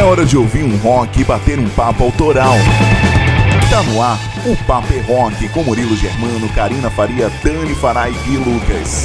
hora de ouvir um rock e bater um papo autoral. Tá no ar o Papo é Rock com Murilo Germano, Karina Faria, Dani Farai e Lucas.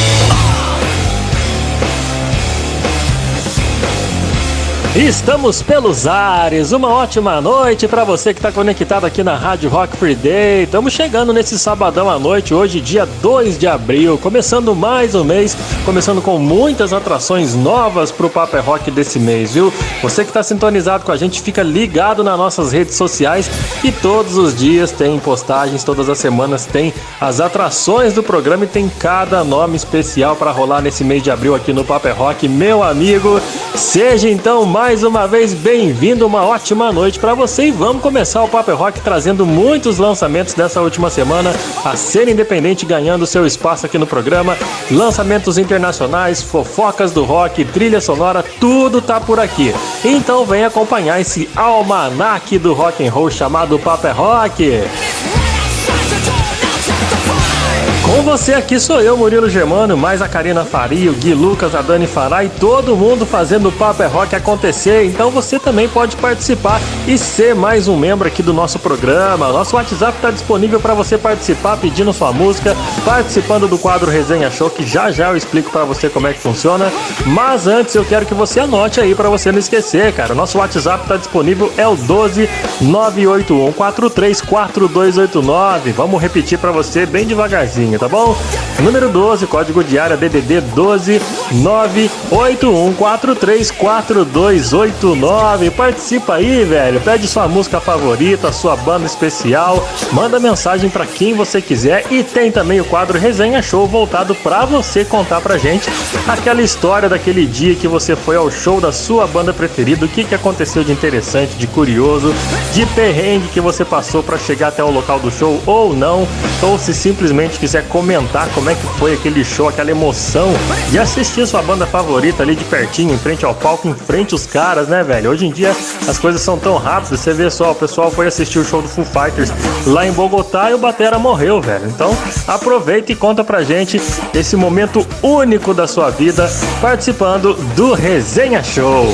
Estamos pelos ares, uma ótima noite para você que está conectado aqui na Rádio Rock Free Day. Estamos chegando nesse sabadão à noite, hoje dia 2 de abril, começando mais um mês, começando com muitas atrações novas para o Papo é Rock desse mês, viu? Você que está sintonizado com a gente, fica ligado nas nossas redes sociais e todos os dias tem postagens, todas as semanas tem as atrações do programa e tem cada nome especial para rolar nesse mês de abril aqui no Papo é Rock. Meu amigo, seja então mais uma vez bem-vindo, uma ótima noite para você e vamos começar o Papo é Rock trazendo muitos lançamentos dessa última semana, a cena independente ganhando seu espaço aqui no programa, lançamentos internacionais, fofocas do rock, trilha sonora, tudo tá por aqui. Então vem acompanhar esse almanaque do rock and roll chamado Papo é Rock. Com você aqui sou eu, Murilo Germano, mais a Karina Faria, o Gui Lucas, a Dani Farai, todo mundo fazendo o Papo é Rock acontecer. Então você também pode participar e ser mais um membro aqui do nosso programa. Nosso WhatsApp está disponível para você participar, pedindo sua música, participando do quadro Resenha Show, que já eu explico para você como é que funciona. Mas antes eu quero que você anote aí para você não esquecer, cara. Nosso WhatsApp está disponível, é o 12 981 43 4289. Vamos repetir para você bem devagarzinho, tá bom? Número 12, código de área DDD 12 981 43 4289. Participa aí, velho. Pede sua música favorita, sua banda especial. Manda mensagem pra quem você quiser. E tem também o quadro Resenha Show voltado pra você contar pra gente aquela história daquele dia que você foi ao show da sua banda preferida. O que aconteceu de interessante, de curioso, de perrengue que você passou pra chegar até o local do show ou não. Ou se simplesmente quiser comentar como é que foi aquele show, aquela emoção de assistir sua banda favorita ali de pertinho, em frente ao palco, em frente aos caras, né, velho? Hoje em dia as coisas são tão rápidas, você vê só, o pessoal foi assistir o show do Foo Fighters lá em Bogotá e o batera morreu, velho. Então aproveita e conta pra gente esse momento único da sua vida participando do Resenha Show.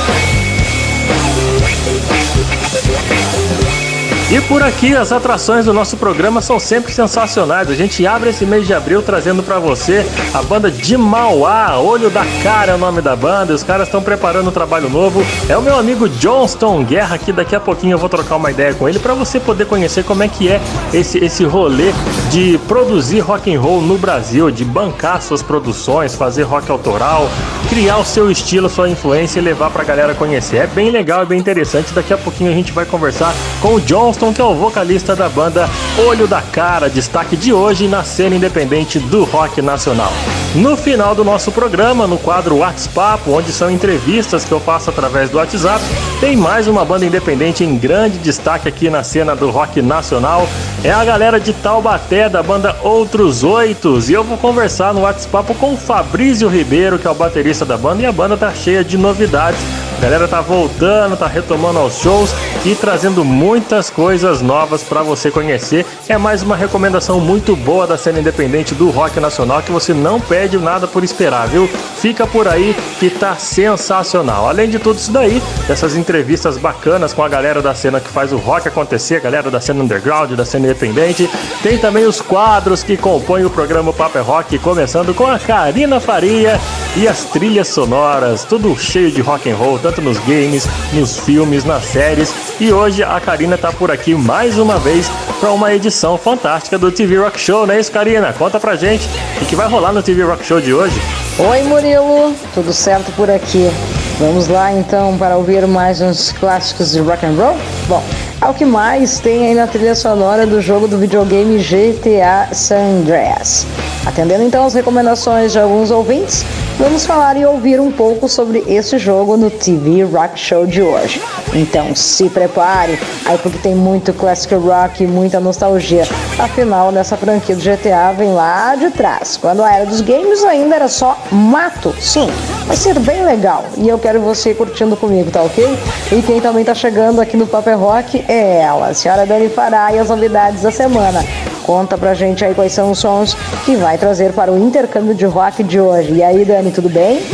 E por aqui as atrações do nosso programa são sempre sensacionais. A gente abre esse mês de abril trazendo pra você a banda de Mauá, Olho da Cara é o nome da banda. Os caras estão preparando um trabalho novo. É o meu amigo Johnston Guerra, que daqui a pouquinho eu vou trocar uma ideia com ele pra você poder conhecer como é que é esse rolê de produzir rock and roll no Brasil, de bancar suas produções, fazer rock autoral, criar o seu estilo, sua influência e levar pra galera conhecer. É bem legal e bem interessante. Daqui a pouquinho a gente vai conversar com o Johnston, que é o vocalista da banda Olho da Cara, destaque de hoje na cena independente do rock nacional. No final do nosso programa, no quadro WhatsApp, onde são entrevistas que eu faço através do WhatsApp, tem mais uma banda independente em grande destaque aqui na cena do rock nacional. É a galera de Taubaté, da banda Outros Oitos, e eu vou conversar no WhatsApp com o Fabrício Ribeiro, que é o baterista da banda, e a banda tá cheia de novidades. A galera tá voltando, tá retomando aos shows e trazendo muitas coisas novas pra você conhecer. É mais uma recomendação muito boa da cena independente do rock nacional, que você não perde nada por esperar, viu? Fica por aí que tá sensacional. Além de tudo isso daí, dessas entrevistas bacanas com a galera da cena que faz o rock acontecer, a galera da cena underground, da cena independente, tem também os quadros que compõem o programa Papo é Rock, começando com a Karina Faria e as trilhas sonoras, tudo cheio de rock and roll, tanto nos games, nos filmes, nas séries. E hoje a Karina tá por aqui mais uma vez para uma edição fantástica do TV Rock Show, não é isso, Karina? Conta pra gente o que vai rolar no TV Rock Show de hoje. Oi, Murilo, tudo certo por aqui? Vamos lá então para ouvir mais uns clássicos de rock and roll? Bom, é o que mais tem aí na trilha sonora do jogo do videogame GTA San Andreas. Atendendo então as recomendações de alguns ouvintes, vamos falar e ouvir um pouco sobre esse jogo no TV Rock Show de hoje. Então se prepare, aí porque tem muito classic rock e muita nostalgia. Afinal, nessa franquia do GTA vem lá de trás. Quando a era dos games ainda era só mato. Sim, vai ser bem legal. E eu quero você curtindo comigo, tá ok? E quem também tá chegando aqui no Papo é Rock é ela, a senhora Dani Farai, e as novidades da semana. Conta pra gente aí quais são os sons que vai trazer para o intercâmbio de rock de hoje. E aí, Dani, tudo bem?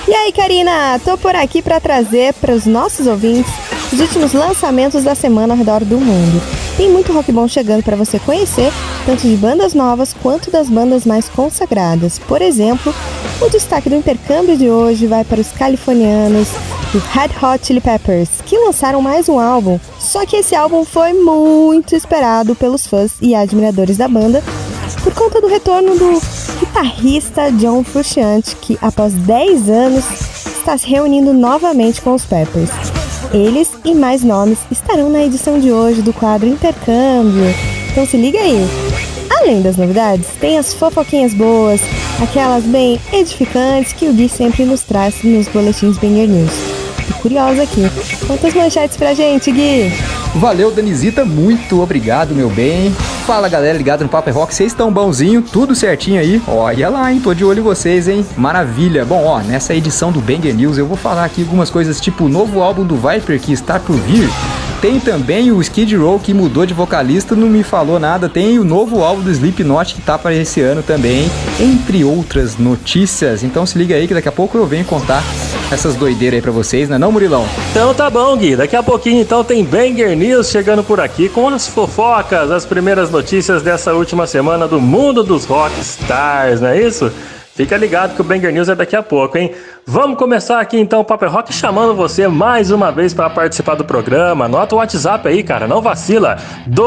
E aí, Karina, tô por aqui para trazer para os nossos ouvintes os últimos lançamentos da semana ao redor do mundo. Tem muito rock bom chegando para você conhecer, tanto de bandas novas quanto das bandas mais consagradas. Por exemplo, o destaque do intercâmbio de hoje vai para os californianos do Red Hot Chili Peppers, que lançaram mais um álbum. Só que esse álbum foi muito esperado pelos fãs e admiradores da banda, por conta do retorno do guitarrista John Frusciante, que após 10 anos está se reunindo novamente com os Peppers. Eles e mais nomes estarão na edição de hoje do quadro Intercâmbio, então se liga aí! Além das novidades, tem as fofoquinhas boas, aquelas bem edificantes que o Gui sempre nos traz nos boletins Banger News. Tô curiosa aqui, quantas manchetes pra gente, Gui? Valeu, Danizita, muito obrigado, meu bem. Fala, galera ligada no Paper Rock, vocês estão bonzinho, tudo certinho aí? Olha lá, hein, tô de olho em vocês, hein? Maravilha. Bom, ó, nessa edição do Banger News eu vou falar aqui algumas coisas, tipo o novo álbum do Viper que está por vir. Tem também o Skid Row que mudou de vocalista, não me falou nada. Tem o novo álbum do Slipknot que tá para esse ano também, entre outras notícias. Então se liga aí que daqui a pouco eu venho contar essas doideiras aí pra vocês, né não, Murilão? Então tá bom, Gui. Daqui a pouquinho então tem Banger News chegando por aqui com as fofocas, as primeiras notícias dessa última semana do mundo dos rockstars, não é isso? Fica ligado que o Banger News é daqui a pouco, hein? Vamos começar aqui então o Paper Rock chamando você mais uma vez para participar do programa. Anota o WhatsApp aí, cara, não vacila.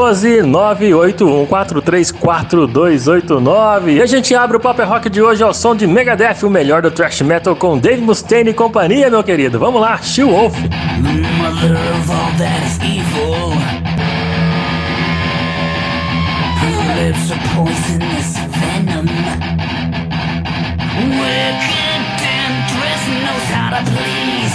12981434289. E a gente abre o Paper Rock de hoje ao som de Megadeth, o melhor do thrash metal com Dave Mustaine e companhia, meu querido. Vamos lá, She Wolf. Mother of all that is evil. Her lips are poisonous venom. Wicked temptress knows how to please.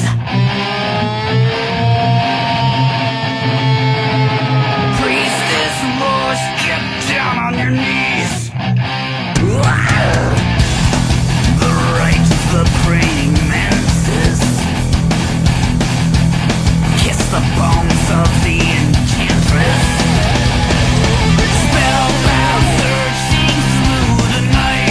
Priestess Lord, get down on your knees. The right of the praying mantis. Kiss the bones of the enchantress. Spellbound searching through the night.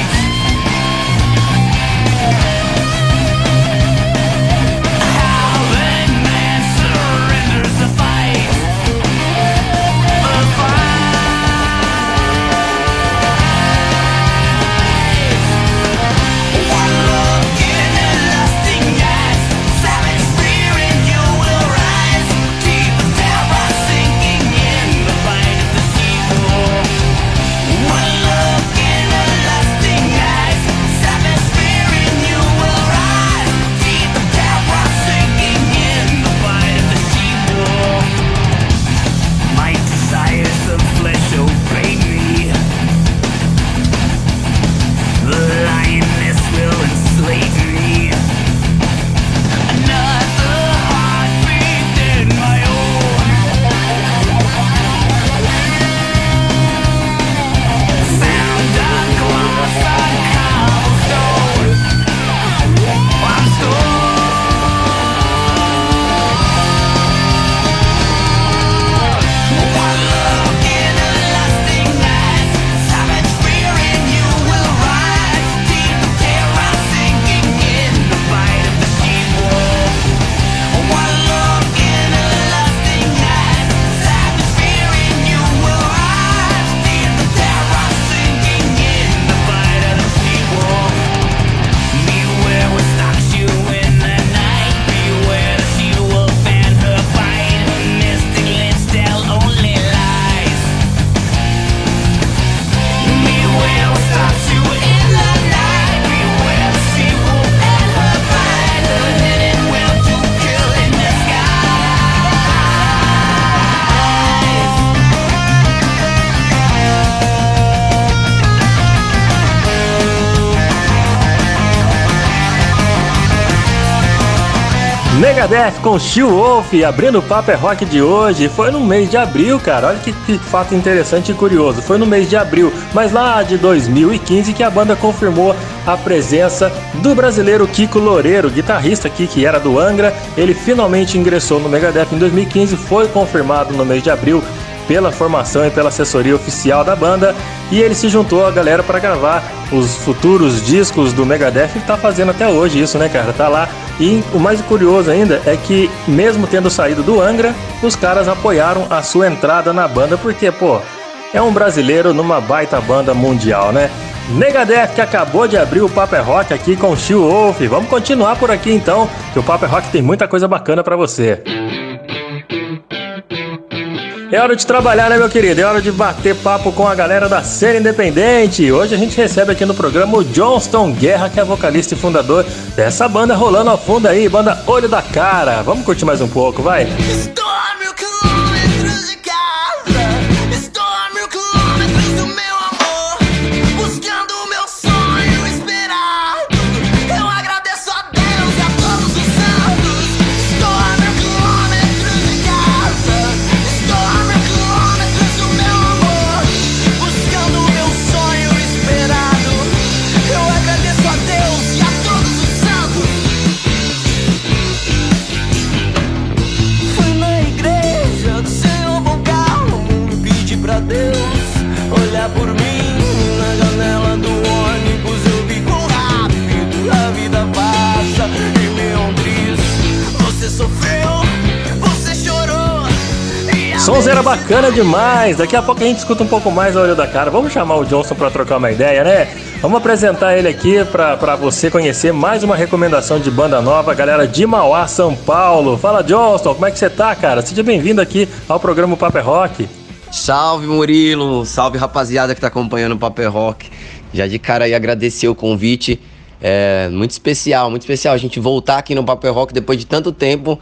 Megadeth com She Wolf, abrindo o Paper Rock de hoje. Foi no mês de abril, cara. Olha que fato interessante e curioso. Foi no mês de abril, mas lá de 2015, que a banda confirmou a presença do brasileiro Kiko Loureiro, guitarrista aqui que era do Angra. Ele finalmente ingressou no Megadeth em 2015, foi confirmado no mês de abril pela formação e pela assessoria oficial da banda, e ele se juntou à galera para gravar os futuros discos do Megadeth, e tá fazendo até hoje isso, né, cara? Tá lá. E o mais curioso ainda é que, mesmo tendo saído do Angra, os caras apoiaram a sua entrada na banda, porque, pô, é um brasileiro numa baita banda mundial, né? Megadeth, que acabou de abrir o Paper Rock aqui com o Steel Wolf. Vamos continuar por aqui então, que o Paper Rock tem muita coisa bacana pra você. É hora de trabalhar, né, meu querido? É hora de bater papo com a galera da cena independente. Hoje a gente recebe aqui no programa o Johnston Guerra, que é vocalista e fundador dessa banda rolando ao fundo aí, banda Olho da Cara. Vamos curtir mais um pouco, vai? Sonzeira bacana demais. Daqui a pouco a gente escuta um pouco mais o Olho da Cara. Vamos chamar o Johnston para trocar uma ideia, né? Vamos apresentar ele aqui para você conhecer mais uma recomendação de banda nova, galera de Mauá, São Paulo. Fala, Johnston, como é que você tá, cara? Seja bem-vindo aqui ao programa Paper Rock. Salve, Murilo. Salve, rapaziada que tá acompanhando o Paper Rock. Já de cara aí agradecer o convite. É muito especial a gente voltar aqui no Paper Rock depois de tanto tempo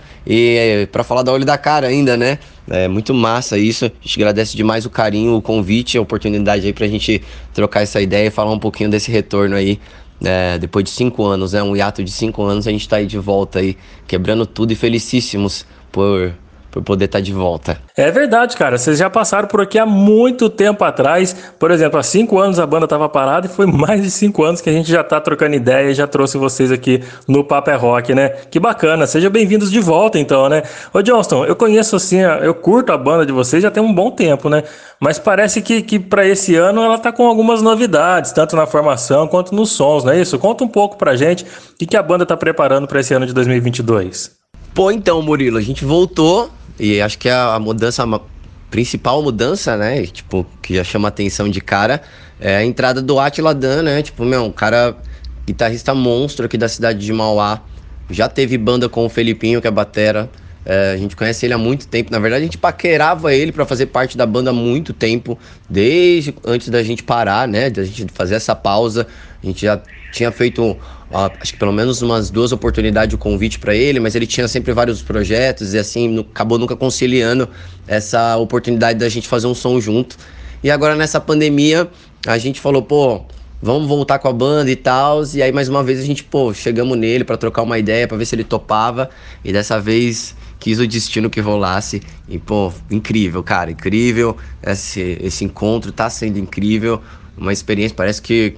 e para falar da Olho da Cara ainda, né? É muito massa isso, a gente agradece demais o carinho, o convite, a oportunidade aí pra gente trocar essa ideia e falar um pouquinho desse retorno aí, depois de 5 anos, né? Um hiato de 5 anos, a gente tá aí de volta aí, quebrando tudo e felicíssimos por poder estar de volta. É verdade, cara. Vocês já passaram por aqui há muito tempo atrás. Por exemplo, há 5 anos a banda estava parada e foi mais de 5 anos que a gente já tá trocando ideia e já trouxe vocês aqui no Paper Rock, né? Que bacana. Sejam bem-vindos de volta, então, né? Ô, Johnston, eu conheço assim, eu curto a banda de vocês já tem um bom tempo, né? Mas parece que para esse ano ela tá com algumas novidades, tanto na formação quanto nos sons, não é isso? Conta um pouco pra gente o que a banda tá preparando para esse ano de 2022. Pô, então, Murilo, a gente voltou. E acho que a mudança, a principal mudança, né, tipo, que já chama atenção de cara, é a entrada do Átila Dan, né, tipo, um cara, guitarrista monstro aqui da cidade de Mauá, já teve banda com o Felipinho, que é batera, a gente conhece ele há muito tempo, na verdade a gente paquerava ele pra fazer parte da banda há muito tempo, desde antes da gente parar, né, da gente fazer essa pausa, a gente já tinha feito, acho que pelo menos umas 2 oportunidades de convite para ele, mas ele tinha sempre vários projetos e assim, acabou nunca conciliando essa oportunidade da gente fazer um som junto. E agora nessa pandemia, a gente falou, pô, vamos voltar com a banda e tal, e aí mais uma vez a gente, pô, chegamos nele para trocar uma ideia, para ver se ele topava, e dessa vez quis o destino que rolasse, e pô, incrível, cara, incrível, esse encontro tá sendo incrível, uma experiência, parece que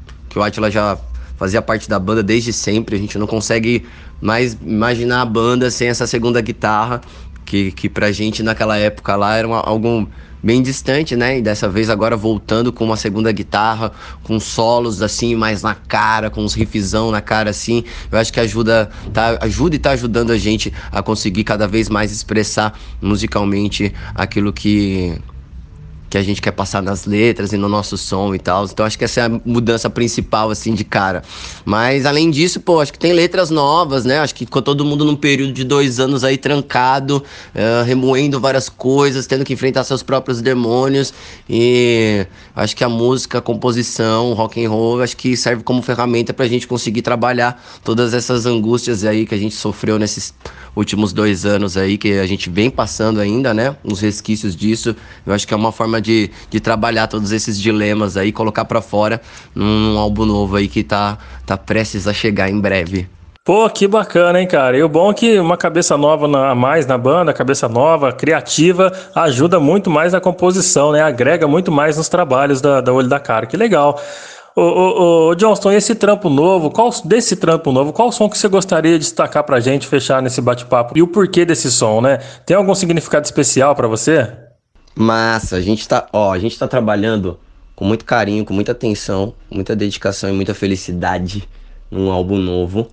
o Átila já fazia parte da banda desde sempre, a gente não consegue mais imaginar a banda sem essa segunda guitarra, que pra gente naquela época lá era algo bem distante, né? E dessa vez agora voltando com uma segunda guitarra, com solos assim mais na cara, com uns riffzão na cara assim, eu acho que ajuda e tá ajudando a gente a conseguir cada vez mais expressar musicalmente aquilo que a gente quer passar nas letras e no nosso som e tal. Então acho que essa é a mudança principal, assim, de cara. Mas além disso, pô, acho que tem letras novas, né? Acho que ficou todo mundo num período de 2 anos aí trancado, remoendo várias coisas, tendo que enfrentar seus próprios demônios. E acho que a música, a composição, o rock and roll, acho que serve como ferramenta pra gente conseguir trabalhar todas essas angústias aí que a gente sofreu nesses últimos 2 anos aí, que a gente vem passando ainda, né? Uns resquícios disso. Eu acho que é uma forma de trabalhar todos esses dilemas aí, colocar pra fora num álbum novo aí que tá prestes a chegar em breve. Pô, que bacana, hein, cara? E o bom é que uma cabeça nova a mais na banda, cabeça nova, criativa, ajuda muito mais na composição, né? Agrega muito mais nos trabalhos da Olho da Cara. Que legal. Ô, Johnston, esse trampo novo, qual som que você gostaria de destacar pra gente, fechar nesse bate-papo? E o porquê desse som, né? Tem algum significado especial pra você? Massa, a gente tá trabalhando com muito carinho, com muita atenção, muita dedicação e muita felicidade num álbum novo.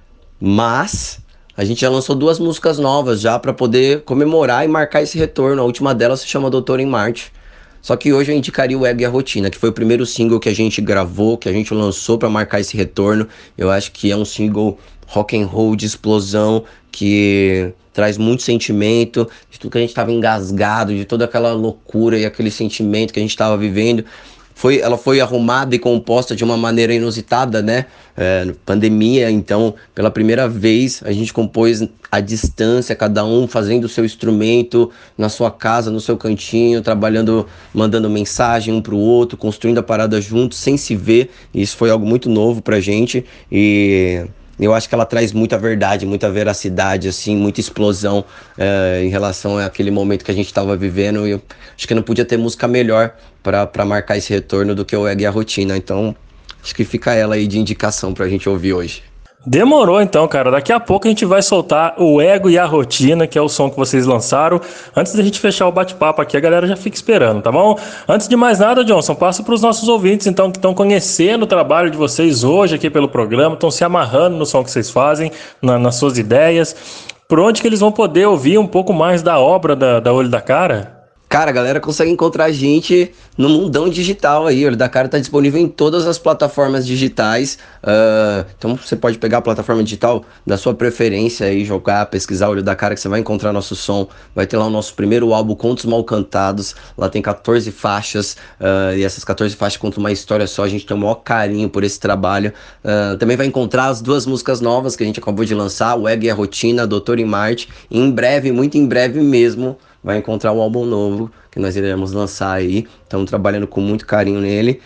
Mas a gente já lançou 2 músicas novas já pra poder comemorar e marcar esse retorno. A última delas se chama Doutor em Marte. Só que hoje eu indicaria o Ego e a Rotina, que foi o primeiro single que a gente gravou, que a gente lançou pra marcar esse retorno. Eu acho que é um single rock and roll de explosão, que traz muito sentimento, de tudo que a gente tava engasgado, de toda aquela loucura e aquele sentimento que a gente tava vivendo. Ela foi arrumada e composta de uma maneira inusitada, né? Pandemia, então, pela primeira vez, a gente compôs à distância, cada um fazendo o seu instrumento, na sua casa, no seu cantinho, trabalhando, mandando mensagem um pro outro, construindo a parada juntos, sem se ver. E isso foi algo muito novo pra gente e eu acho que ela traz muita verdade, muita veracidade, assim, muita explosão em relação àquele momento que a gente estava vivendo. E eu acho que não podia ter música melhor para marcar esse retorno do que o Ego e a Rotina. Então, acho que fica ela aí de indicação pra gente ouvir hoje. Demorou então, cara. Daqui a pouco a gente vai soltar o Ego e a Rotina, que é o som que vocês lançaram. Antes da gente fechar o bate-papo aqui, a galera já fica esperando, tá bom? Antes de mais nada, Johnson, passa para os nossos ouvintes, então, que estão conhecendo o trabalho de vocês hoje aqui pelo programa, estão se amarrando no som que vocês fazem, nas suas ideias. Por onde que eles vão poder ouvir um pouco mais da obra da Olho da Cara? Cara, a galera consegue encontrar a gente no mundão digital aí. Olho da Cara tá disponível em todas as plataformas digitais. Então você pode pegar a plataforma digital da sua preferência e jogar, pesquisar Olho da Cara, que você vai encontrar nosso som. Vai ter lá o nosso primeiro álbum, Contos Mal Cantados. Lá tem 14 faixas. E essas 14 faixas contam uma história só. A gente tem o maior carinho por esse trabalho. Também vai encontrar as 2 músicas novas que a gente acabou de lançar, o Ego e a Rotina, Doutor em Marte. E em breve, muito em breve mesmo, vai encontrar um álbum novo que nós iremos lançar aí. Estamos trabalhando com muito carinho nele.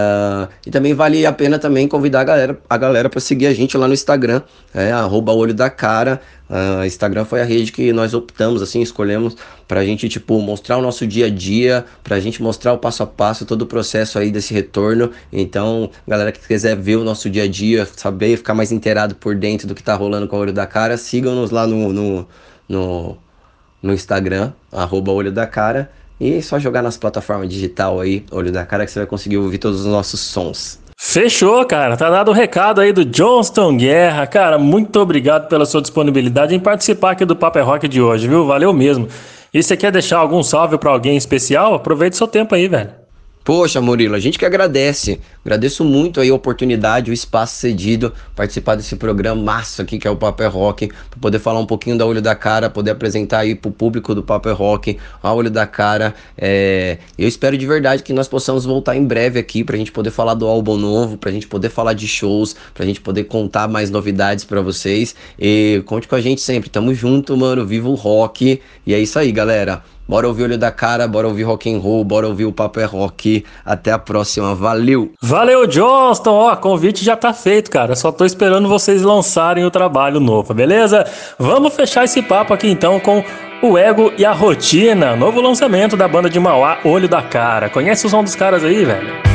E também vale a pena também convidar a galera para seguir a gente lá no Instagram, @Olho da Cara. Instagram foi a rede que nós optamos, assim, escolhemos pra gente, tipo, mostrar o nosso dia a dia, pra gente mostrar o passo a passo, todo o processo aí desse retorno. Então, galera que quiser ver o nosso dia a dia, saber, ficar mais inteirado por dentro do que tá rolando com o Olho da Cara, sigam-nos lá no Instagram, @Olho da Cara, e só jogar nas plataformas digital aí, Olho da Cara, que você vai conseguir ouvir todos os nossos sons. Fechou, cara. Tá dado o recado aí do Johnston Guerra. Cara, muito obrigado pela sua disponibilidade em participar aqui do Papo é Rock de hoje, viu? Valeu mesmo. E você quer deixar algum salve pra alguém especial? Aproveite seu tempo aí, velho. Poxa, Murilo, a gente que agradece. Agradeço muito aí a oportunidade, o espaço cedido, participar desse programa massa aqui que é o Papo é Rock, para poder falar um pouquinho da Olho da Cara, poder apresentar aí pro público do Papo é Rock, a Olho da Cara. Eu espero de verdade que nós possamos voltar em breve aqui pra gente poder falar do álbum novo, pra gente poder falar de shows, pra gente poder contar mais novidades pra vocês. E conte com a gente sempre. Tamo junto, mano. Viva o rock. E é isso aí, galera. Bora ouvir Olho da Cara, bora ouvir rock and roll, bora ouvir o Papo é Rock. Até a próxima, valeu! Valeu, Johnston! Ó, convite já tá feito, cara. Só tô esperando vocês lançarem o trabalho novo, beleza? Vamos fechar esse papo aqui então com o Ego e a Rotina, novo lançamento da banda de Mauá, Olho da Cara. Conhece o som dos caras aí, velho?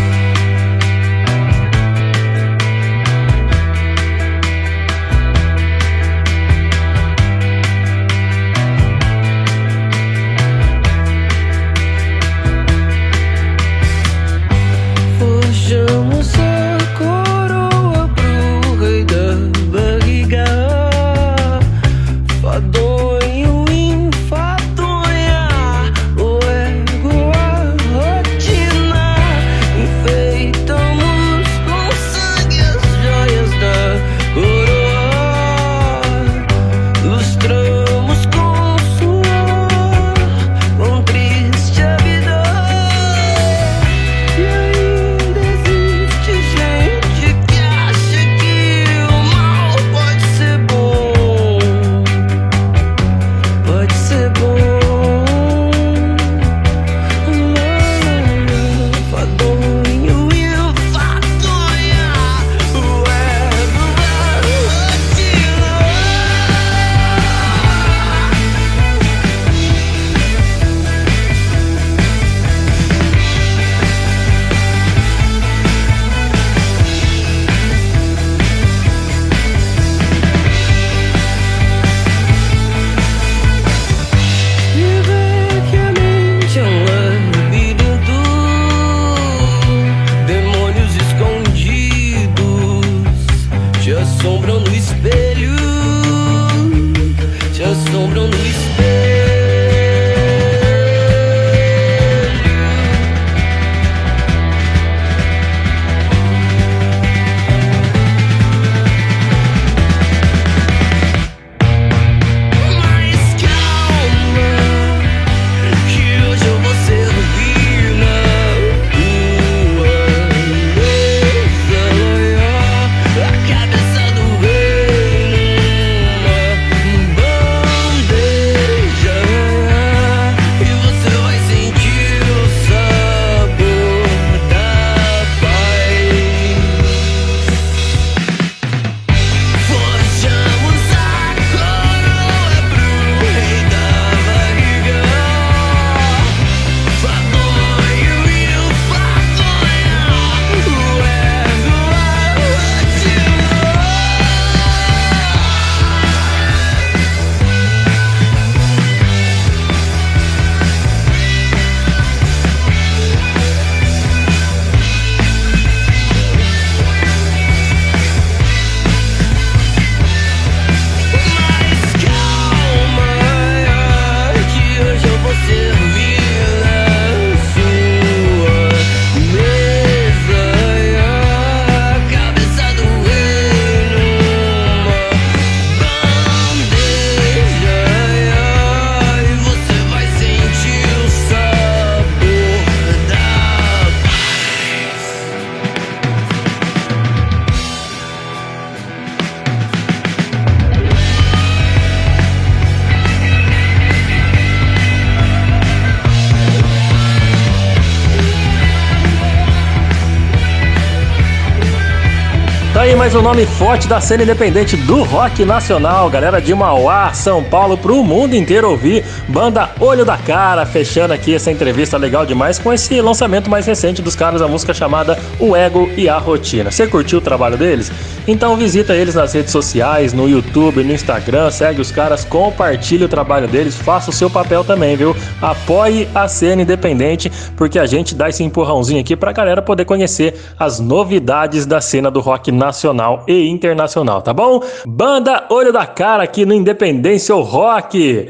aí mais um nome forte da cena independente do rock nacional. Galera de Mauá, São Paulo, pro mundo inteiro ouvir. Banda Olho da Cara, fechando aqui essa entrevista legal demais com esse lançamento mais recente dos caras, a música chamada O Ego e a Rotina. Você curtiu o trabalho deles? Então visita eles nas redes sociais, no YouTube, no Instagram, segue os caras, compartilhe o trabalho deles, faça o seu papel também, viu? Apoie a cena independente, porque a gente dá esse empurrãozinho aqui pra galera poder conhecer as novidades da cena do rock nacional e internacional, tá bom? Banda Olho da Cara aqui no Independência Rock.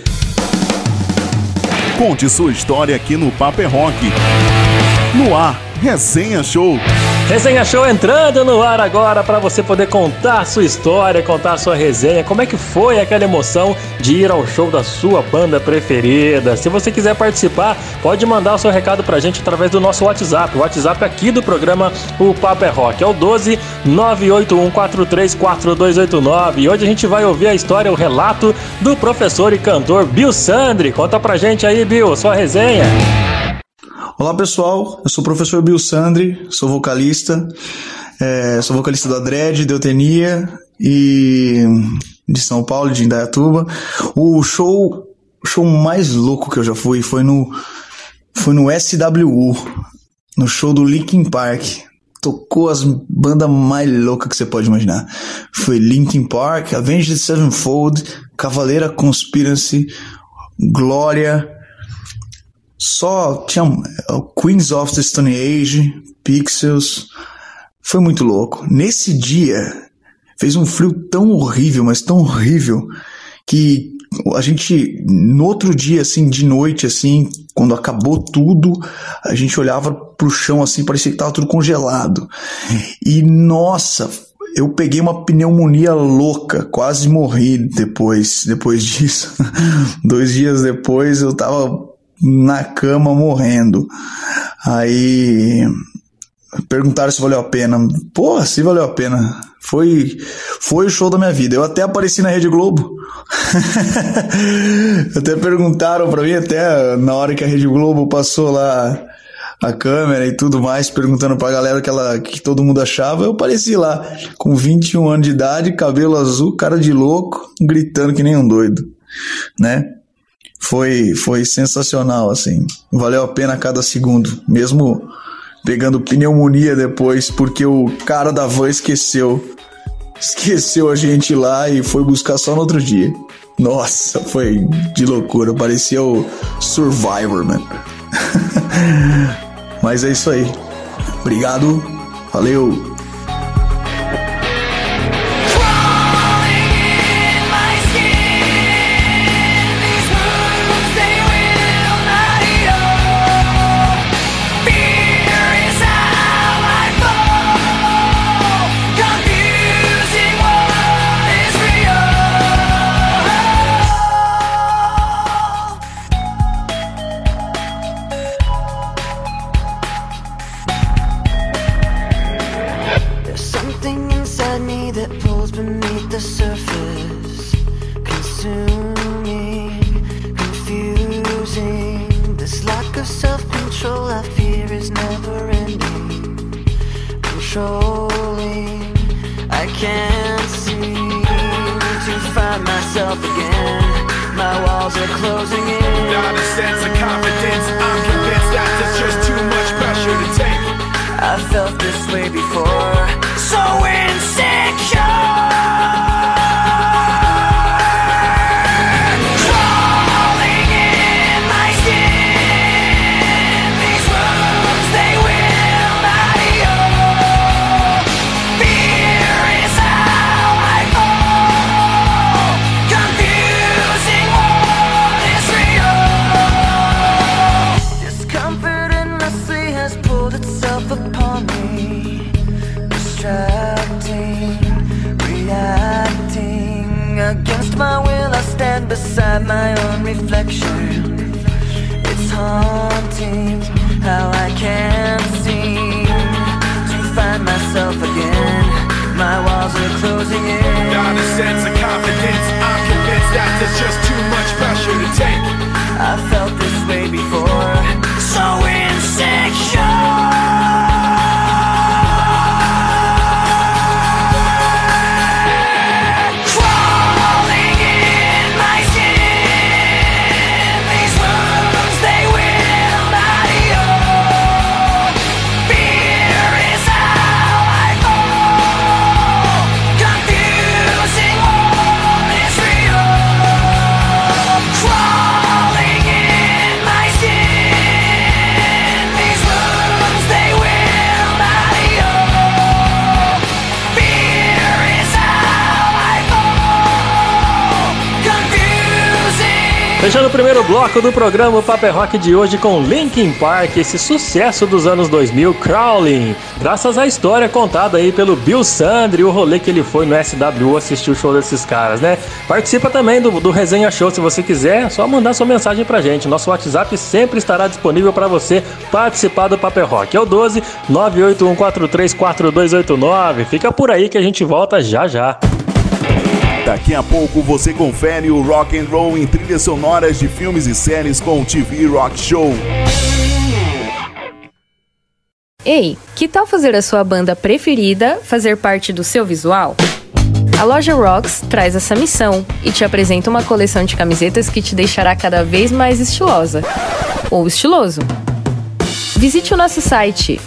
Conte sua história aqui no Papo é Rock. No ar, Resenha Show. Resenha Show entrando no ar agora para você poder contar a sua história, contar a sua resenha, como é que foi aquela emoção de ir ao show da sua banda preferida. Se você quiser participar, pode mandar o seu recado pra gente através do nosso WhatsApp. O WhatsApp aqui do programa O Papo é Rock é o 12 981434289. E hoje a gente vai ouvir a história, o relato do professor e cantor Bill Sandri. Conta pra gente aí, Bill, sua resenha. Olá pessoal, eu sou o professor Bill Sandri, sou vocalista da Dread, de Eutenia e de São Paulo, de Indaiatuba. O show mais louco que eu já fui foi no SWU, no show do Linkin Park. Tocou as bandas mais loucas que você pode imaginar. Foi Linkin Park, Avenged Sevenfold, Cavaleira Conspiracy, Glória. Só tinha Queens of the Stone Age, Pixels. Foi muito louco. Nesse dia fez um frio tão horrível, mas tão horrível, que a gente, no outro dia, assim, de noite, assim, quando acabou tudo, a gente olhava pro chão, assim, parecia que tava tudo congelado. E, nossa, eu peguei uma pneumonia louca, quase morri depois disso. 2 dias depois eu tava na cama morrendo. Aí perguntaram se valeu a pena. Porra, se valeu a pena. Foi o show da minha vida. Eu até apareci na Rede Globo. Até perguntaram pra mim, até na hora que a Rede Globo passou lá a câmera e tudo mais, perguntando pra galera que todo mundo achava. Eu apareci lá com 21 anos de idade, cabelo azul, cara de louco, gritando que nem um doido, né? Foi sensacional, assim. Valeu a pena cada segundo, mesmo pegando pneumonia depois, porque o cara da van esqueceu a gente lá e foi buscar só no outro dia. Nossa, foi de loucura, parecia o Survivor, man. Mas é isso aí. Obrigado, valeu. I can't seem to find myself again. My walls are closing in. Not a sense of confidence. I'm convinced that there's just too much pressure to take. I felt this way before. So insecure. Against my will I stand beside my own reflection. It's haunting how I can't seem to find myself again. My walls are closing in. Not a sense of confidence. I'm convinced that there's just too much pressure to take. I felt this way before. So insecure. Fechando o primeiro bloco do programa Paper Rock de hoje com Linkin Park, esse sucesso dos anos 2000, Crawling. Graças à história contada aí pelo Bill Sandri, o rolê que ele foi no SWU assistir o show desses caras, né? Participa também do Resenha Show, se você quiser, é só mandar sua mensagem pra gente. Nosso WhatsApp sempre estará disponível para você participar do Paper Rock. É o 12 981434289. Fica por aí que a gente volta já já. Daqui a pouco você confere o rock and roll em trilhas sonoras de filmes e séries com o TV Rock Show. Ei, que tal fazer a sua banda preferida fazer parte do seu visual? A loja Rocks traz essa missão e te apresenta uma coleção de camisetas que te deixará cada vez mais estilosa ou estiloso. Visite o nosso site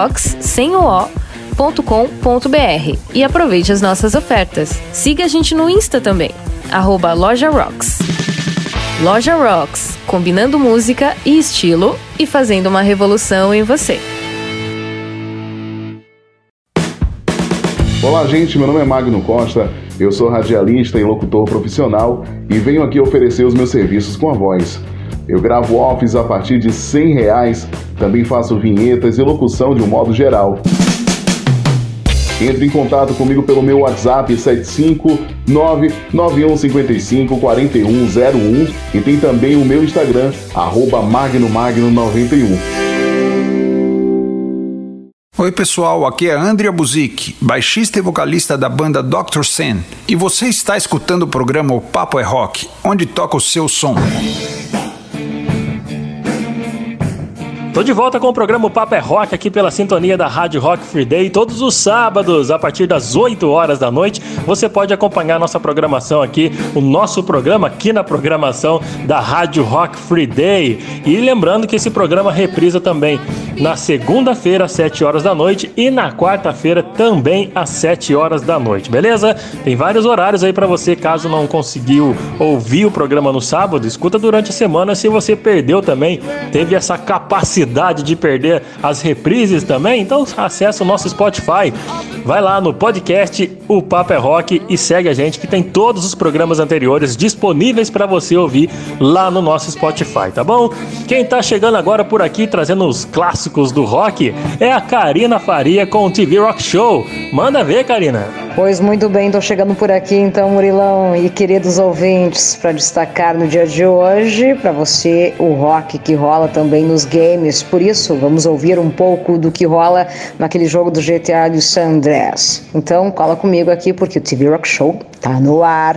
rocks.com.br e aproveite as nossas ofertas. Siga a gente no Insta também, @LojaRocks. Loja Rocks, combinando música e estilo e fazendo uma revolução em você. Olá, gente, meu nome é Magno Costa, eu sou radialista e locutor profissional e venho aqui oferecer os meus serviços com a voz. Eu gravo offs a partir de R$100, também faço vinhetas e locução de um modo geral. Entre em contato comigo pelo meu WhatsApp 75991554101 e tem também o meu Instagram, @MagnoMagno91. Oi pessoal, aqui é Andrea Buzik, baixista e vocalista da banda Dr. Sen, e você está escutando o programa O Papo é Rock, onde toca o seu som. Tô de volta com o programa Papo é Rock aqui pela sintonia da Rádio Rock Free Day. Todos os sábados, a partir das 8 horas da noite, você pode acompanhar nossa programação aqui, o nosso programa aqui na programação da Rádio Rock Free Day. E lembrando que esse programa reprisa também na segunda-feira às 7 horas da noite e na quarta-feira também às 7 horas da noite, beleza? Tem vários horários aí pra você, caso não conseguiu ouvir o programa no sábado, escuta durante a semana. Se você perdeu também, teve essa capacidade de perder as reprises também, então acessa o nosso Spotify, vai lá no podcast O Papo é Rock e segue a gente que tem todos os programas anteriores disponíveis para você ouvir lá no nosso Spotify, tá bom? Quem tá chegando agora por aqui trazendo os clássicos do rock é a Karina Faria com o TV Rock Show. Manda ver, Karina. Pois muito bem, tô chegando por aqui então, Murilão e queridos ouvintes, para destacar no dia de hoje para você o rock que rola também nos games. Por isso, vamos ouvir um pouco do que rola naquele jogo do GTA de San Andreas. Então, cola comigo aqui porque o TV Rock Show tá no ar.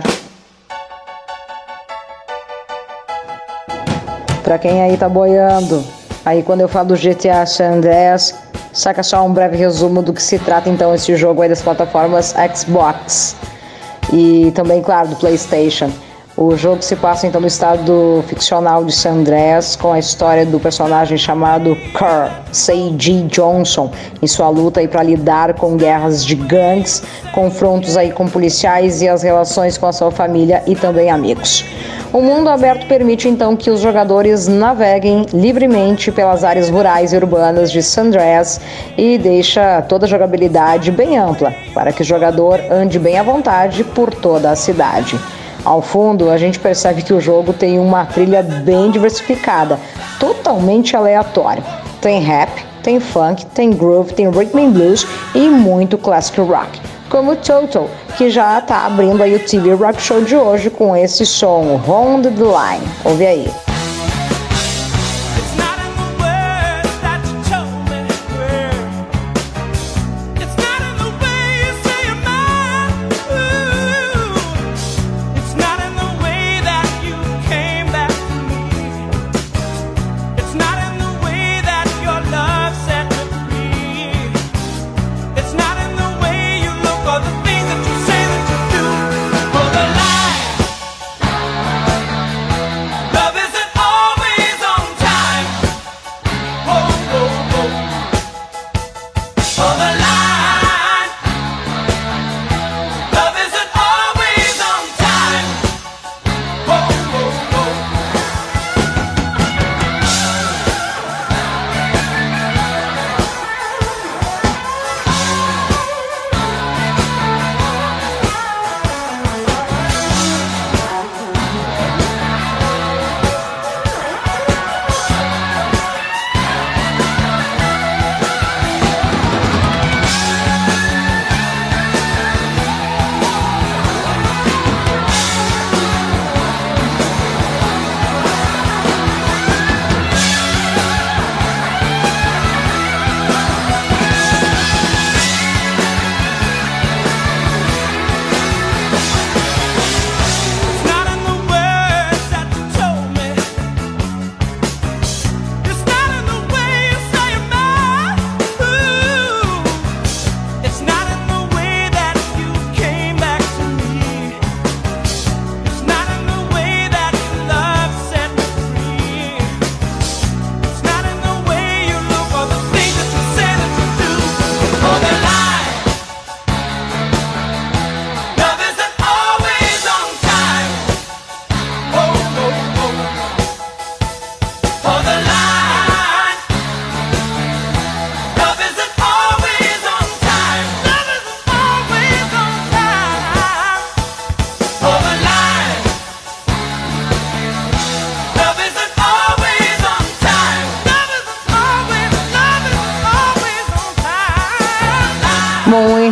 Pra quem aí tá boiando, aí quando eu falo do GTA San Andreas, saca só um breve resumo do que se trata então esse jogo aí das plataformas Xbox e também, claro, do PlayStation. O jogo se passa então no estado ficcional de San Andreas, com a história do personagem chamado Carl C.G. Johnson em sua luta para lidar com guerras de gangues, confrontos aí com policiais e as relações com a sua família e também amigos. O mundo aberto permite então que os jogadores naveguem livremente pelas áreas rurais e urbanas de San Andreas e deixa toda a jogabilidade bem ampla para que o jogador ande bem à vontade por toda a cidade. Ao fundo, a gente percebe que o jogo tem uma trilha bem diversificada, totalmente aleatória. Tem rap, tem funk, tem groove, tem rhythm and blues e muito classic rock, como o Total, que já tá abrindo aí o TV Rock Show de hoje com esse som, Round the Line. Ouve aí. Love isn't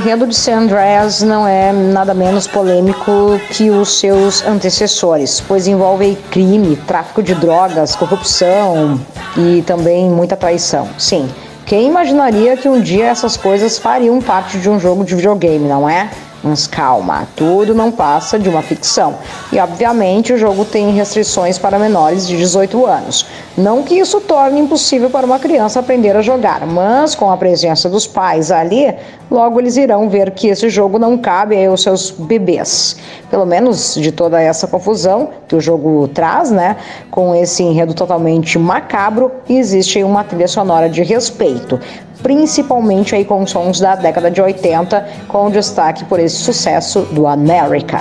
enredo de San Andreas não é nada menos polêmico que os seus antecessores, pois envolve crime, tráfico de drogas, corrupção e também muita traição. Sim, quem imaginaria que um dia essas coisas fariam parte de um jogo de videogame, não é? Mas calma, tudo não passa de uma ficção. E obviamente o jogo tem restrições para menores de 18 anos. Não que isso torne impossível para uma criança aprender a jogar, mas com a presença dos pais ali, logo eles irão ver que esse jogo não cabe aos seus bebês. Pelo menos de toda essa confusão que o jogo traz, né? Com esse enredo totalmente macabro, existe uma trilha sonora de respeito, principalmente aí com sons da década de 80, com destaque por esse sucesso do America.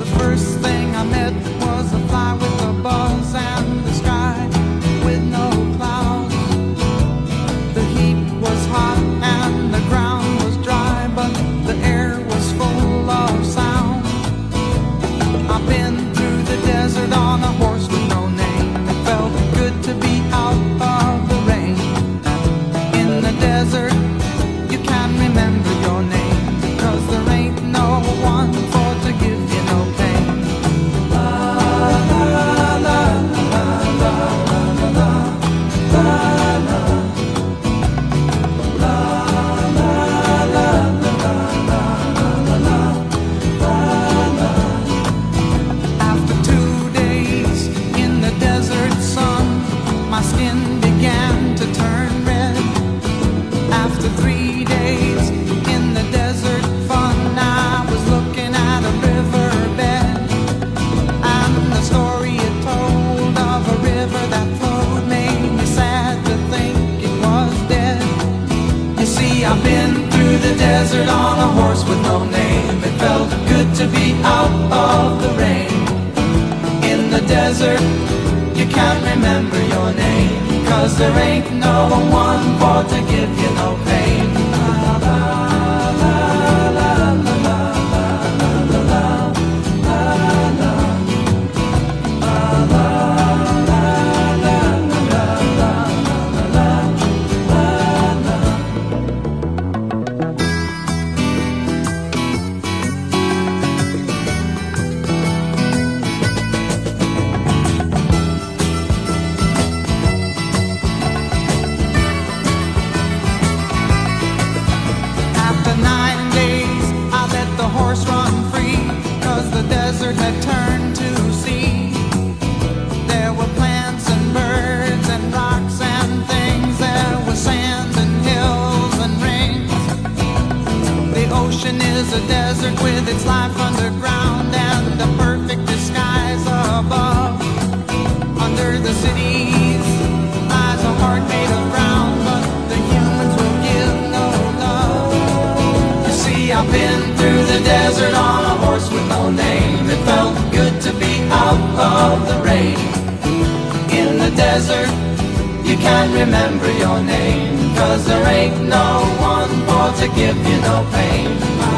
Desert on a horse with no name. It felt good to be out of the rain. In the desert, you can't remember your name, 'cause there ain't no one for to give you no pain. Had turned to sea. There were plants and birds and rocks and things. There was sand and hills and rings. The ocean is a desert with its life underground and a perfect disguise above. Under the cities lies a heart made of brown, but the humans will give no love. You see, I've been through the desert on a horse with no name. It felt good to be out of the rain. In the desert, you can't remember your name, 'cause there ain't no one for to give you no pain.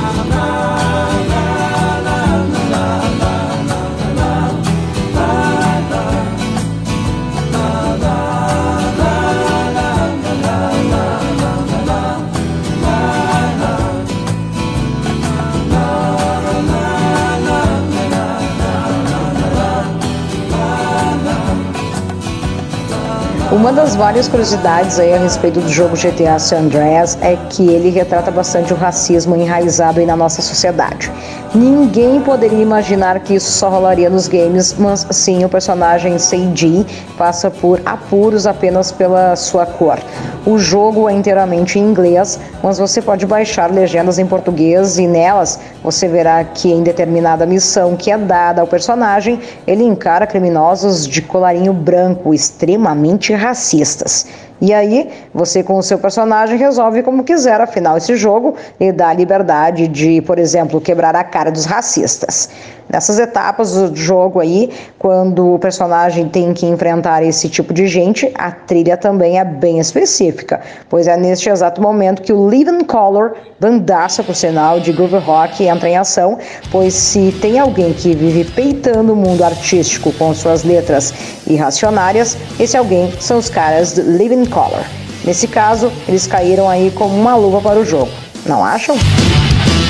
Uma das várias curiosidades aí a respeito do jogo GTA San Andreas é que ele retrata bastante o racismo enraizado aí na nossa sociedade. Ninguém poderia imaginar que isso só rolaria nos games, mas sim, o personagem Seiji passa por apuros apenas pela sua cor. O jogo é inteiramente em inglês, mas você pode baixar legendas em português e nelas você verá que em determinada missão que é dada ao personagem, ele encara criminosos de colarinho branco extremamente racistas. E aí, você com o seu personagem resolve como quiser, afinal esse jogo lhe dá a liberdade de, por exemplo, quebrar a cara dos racistas. Nessas etapas do jogo aí, quando o personagem tem que enfrentar esse tipo de gente, a trilha também é bem específica, pois é neste exato momento que o Living Colour, bandaça por sinal de groove rock, entra em ação, pois se tem alguém que vive peitando o mundo artístico com suas letras irracionárias, esse alguém são os caras do Living Colour. Nesse caso, eles caíram aí como uma luva para o jogo, não acham?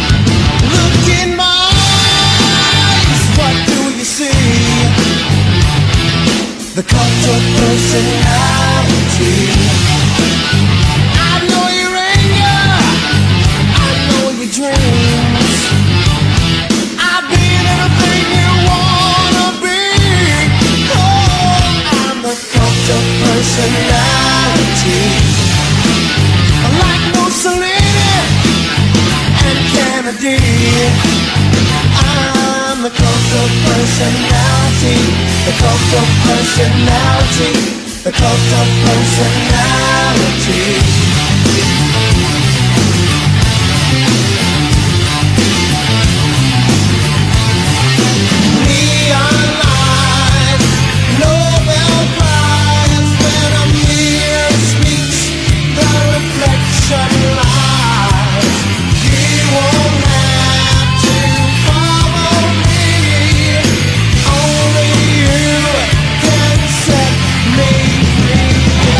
cult of personality. I know your anger, I know your dreams. I've been everything you wanna be. Oh, I'm the cult of personality. Like Mussolini and Kennedy, I'm the cult of personality. The cult of personality. The cult of personality. Neon lights, Nobel Prize. When a mirror speaks, the reflection lies. You won't have to follow me. Only you can set me free.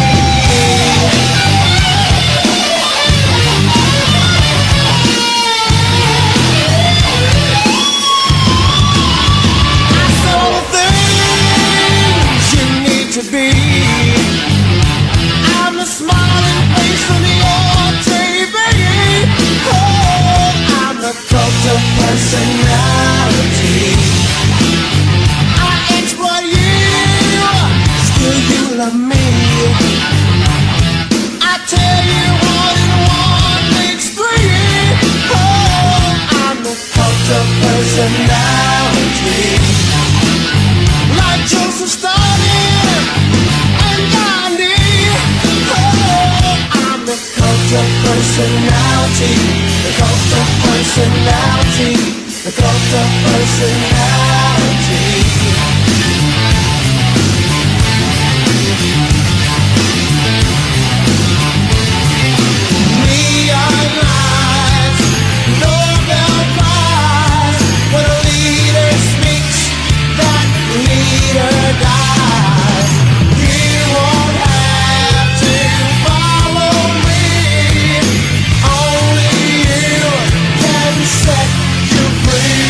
I saw the things you need to be. I'm the smiling face on your TV. Oh, I'm the cult of personality. I exploit you, still you love me. I tell you 1 and 1 makes 3. Oh, I'm the cult of personality. Like Joseph Stalin and Gandhi. Oh, I'm the cult of personality. The cult of personality. The cult of personality. Neon lights, Nobel Prize. When a leader speaks, that leader dies. You won't have to follow me. Only you can set you free.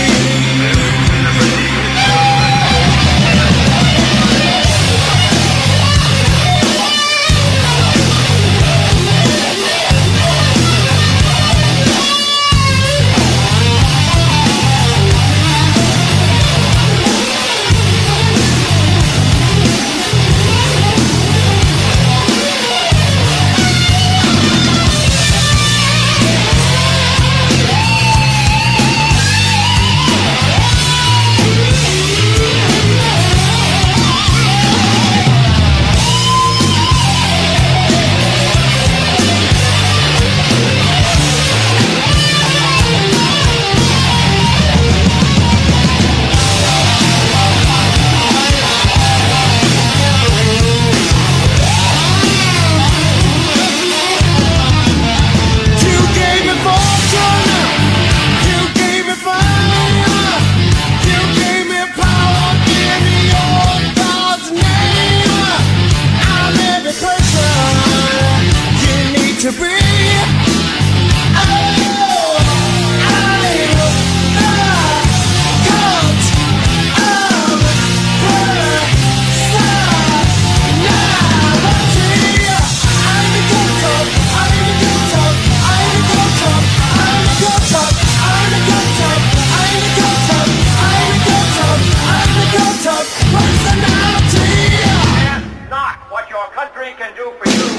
You gave me fortune, you gave me fire, you gave me power in your God's name. I'm every person you need to be. Oh, I'm the cult of personality. I'm the cult of, I'm the cult of, I'm the cult of, I'm the cult of, I'm the cult of, I'm the cult of, I'm the cult of, I'm the cult of personality. Ask not what your country can do for you.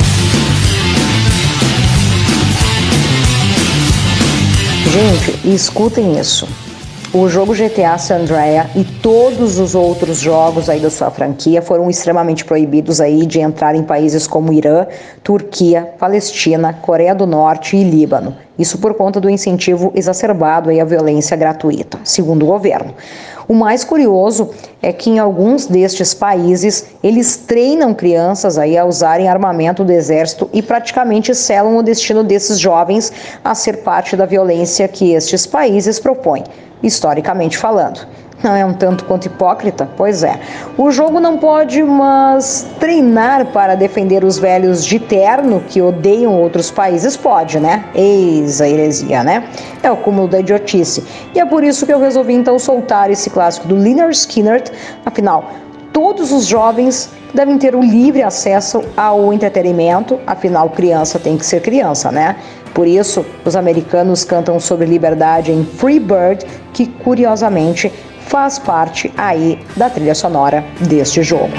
Gente, escutem isso. O jogo GTA San Andreas e todos os outros jogos aí da sua franquia foram extremamente proibidos aí de entrar em países como Irã, Turquia, Palestina, Coreia do Norte e Líbano. Isso por conta do incentivo exacerbado aí à violência gratuita, segundo o governo. O mais curioso é que em alguns destes países eles treinam crianças aí a usarem armamento do exército e praticamente selam o destino desses jovens a ser parte da violência que estes países propõem, historicamente falando. Não é um tanto quanto hipócrita? Pois é. O jogo não pode, mas treinar para defender os velhos de terno que odeiam outros países pode, né? Eis a heresia, né? É o cúmulo da idiotice. E é por isso que eu resolvi então soltar esse clássico do Lynyrd Skynyrd. Afinal, todos os jovens devem ter o livre acesso ao entretenimento, afinal, criança tem que ser criança, né? Por isso, os americanos cantam sobre liberdade em Free Bird, que curiosamente faz parte aí da trilha sonora deste jogo.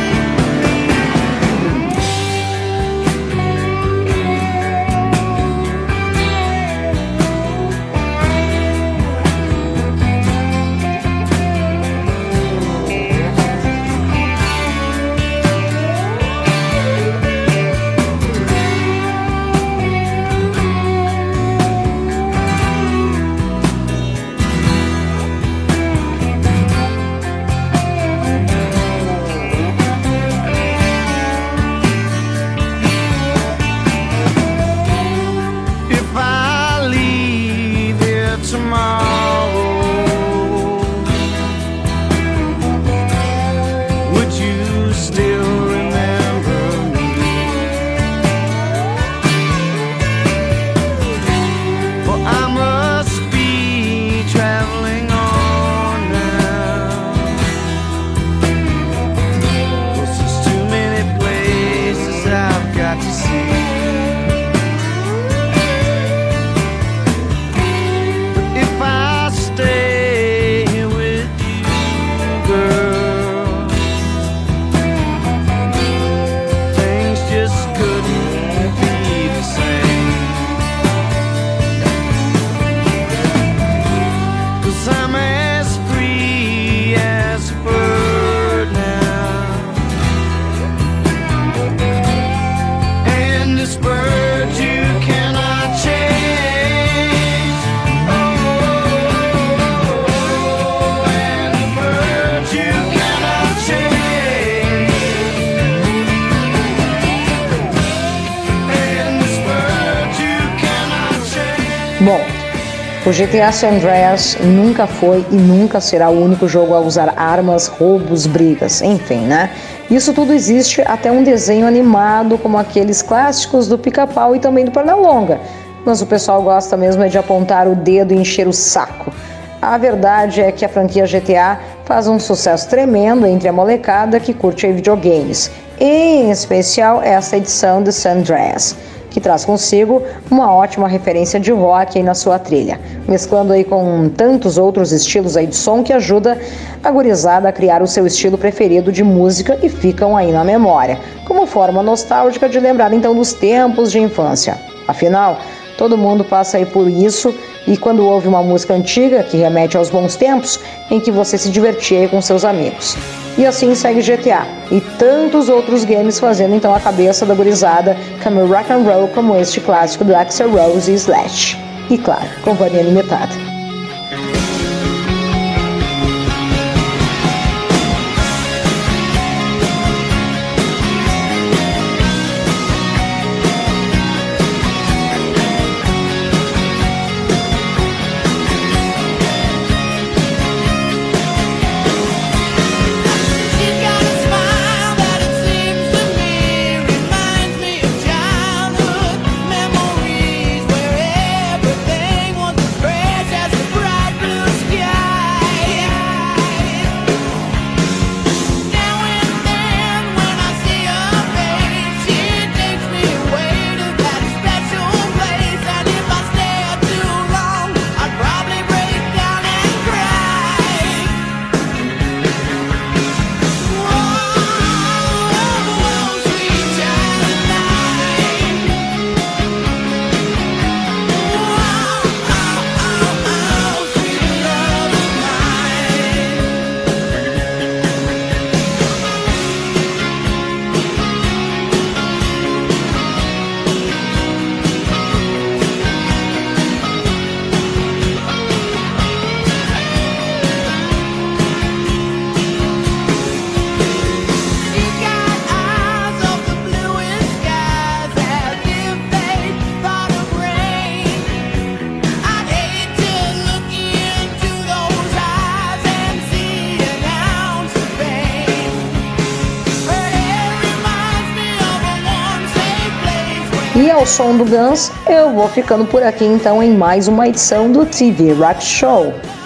Bom, o GTA San Andreas nunca foi e nunca será o único jogo a usar armas, roubos, brigas, enfim, né? Isso tudo existe até um desenho animado como aqueles clássicos do Pica-Pau e também do Pernalonga, mas o pessoal gosta mesmo é de apontar o dedo e encher o saco. A verdade é que a franquia GTA faz um sucesso tremendo entre a molecada que curte videogames, em especial essa edição de San Andreas, que traz consigo uma ótima referência de rock aí na sua trilha, mesclando aí com tantos outros estilos aí de som que ajuda a gurizada a criar o seu estilo preferido de música e ficam aí na memória, como forma nostálgica de lembrar então dos tempos de infância. Afinal, todo mundo passa aí por isso e quando ouve uma música antiga que remete aos bons tempos em que você se divertia aí com seus amigos. E assim segue GTA e tantos outros games fazendo então a cabeça da gurizada como rock and roll, como este clássico do Axl Rose e Slash. E claro, Companhia Limitada. E ao som do Guns, eu vou ficando por aqui então em mais uma edição do TV Rock Show,